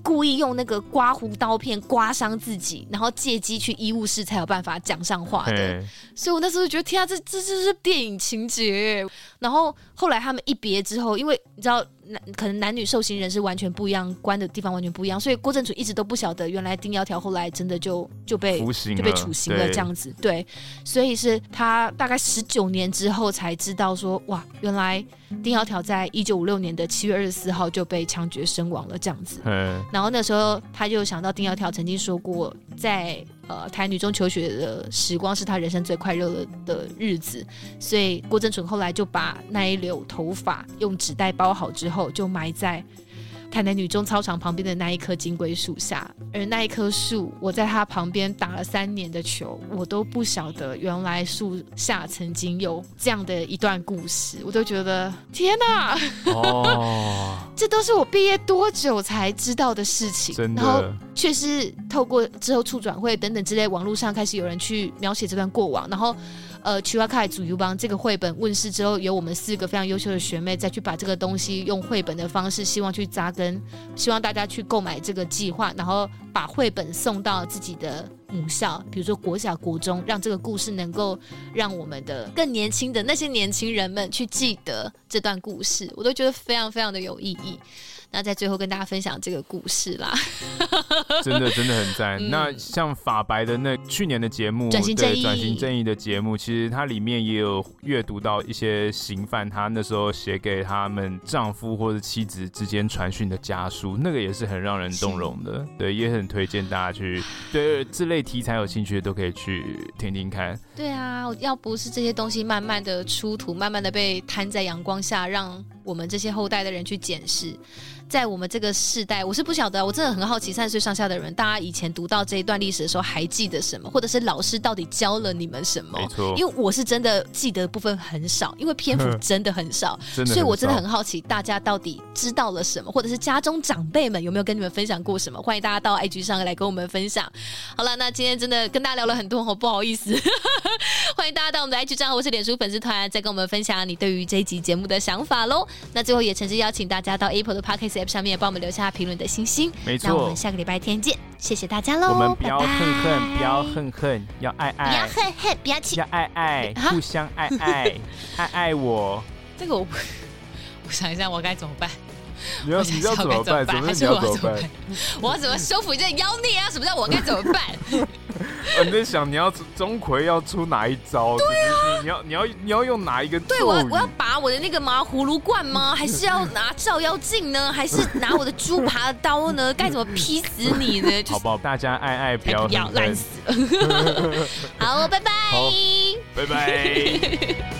故意用那个刮胡刀片刮伤自己，然后借机去医务室才有办法讲上话的。所以我那时候就觉得天啊，这这就是电影情节。然后后来他们一别之后，因为你知道可能男女受刑人是完全不一样，关的地方完全不一样，所以郭正淳一直都不晓得原来丁窈窕后来真的就就被就被处刑了这样子。对，所以是他大概十九年之后才知道说，哇，原来丁窈窕在一九五六年的七月二十四号就被枪决身亡了这样子。然后那时候他就想到丁窈窕曾经说过，在呃台女中求学的时光是他人生最快乐的日子，所以郭正淳后来就把那一绺头发用纸袋包好之后，就埋在台南女中操场旁边的那一棵金龟树下。而那一棵树，我在它旁边打了三年的球，我都不晓得原来树下曾经有这样的一段故事，我都觉得天哪！哦，这都是我毕业多久才知道的事情， 真的。 然后却是透过之后促转会等等之类，网络上开始有人去描写这段过往，然后。呃，曲瓦卡祖尤邦这个绘本问世之后，有我们四个非常优秀的学妹再去把这个东西用绘本的方式，希望去扎根，希望大家去购买这个计划，然后把绘本送到自己的母校，比如说国小、国中，让这个故事能够让我们的更年轻的那些年轻人们去记得这段故事，我都觉得非常非常的有意义。那在最后跟大家分享这个故事啦， 真的真的很赞、嗯。那像法白的那去年的节目， 转型正义， 转型正义的节目，其实它里面也有阅读到一些刑犯他那时候写给他们丈夫或者妻子之间传讯的家书，那个也是很让人动容的。对，也很推荐大家去对这类题材有兴趣的都可以去听听看。 对啊，要不是这些东西慢慢的出土，慢慢的被摊在阳光下，让我们这些后代的人去检视。在我们这个世代，我是不晓得，我真的很好奇，三十岁上下的人，大家以前读到这一段历史的时候，还记得什么，或者是老师到底教了你们什么？ 没错， 因为我是真的记得的部分很少，因为篇幅真的很少， 真的很少， 所以我真的很好奇，大家到底知道了什么，或者是家中长辈们有没有跟你们分享过什么？欢迎大家到 I G 上来跟我们分享。好了，那今天真的跟大家聊了很多，好不好意思，欢迎大家到我们的 I G 账号或是脸书粉丝团，再跟我们分享你对于这一集节目的想法咯。那最后也诚挚邀请大家到 Apple 的 Podcast App 上面帮我们留下评论的星星。 没错， 那我们下个礼拜天见，谢谢大家喽。 我们不要恨恨， 拜拜， 不要恨恨，要爱爱， 不要恨恨，不要气， 要爱爱，互相爱爱，爱爱我。 这个我不，我想一下我该怎么办。 你要你要怎么办？怎么你要怎么办？ 我要怎么收服你这妖孽啊？什么叫我该怎么办？ 啊、你在想你要钟馗要出哪一招？对啊，你要你要你要用哪一个？ 对，我要我要拔我的那个麻葫芦罐吗？还是要拿照妖镜呢？还是拿我的猪扒刀呢？该怎么劈死你呢？就是、 好不好？大家爱爱，不要不要烂死了。好，拜拜， 拜拜。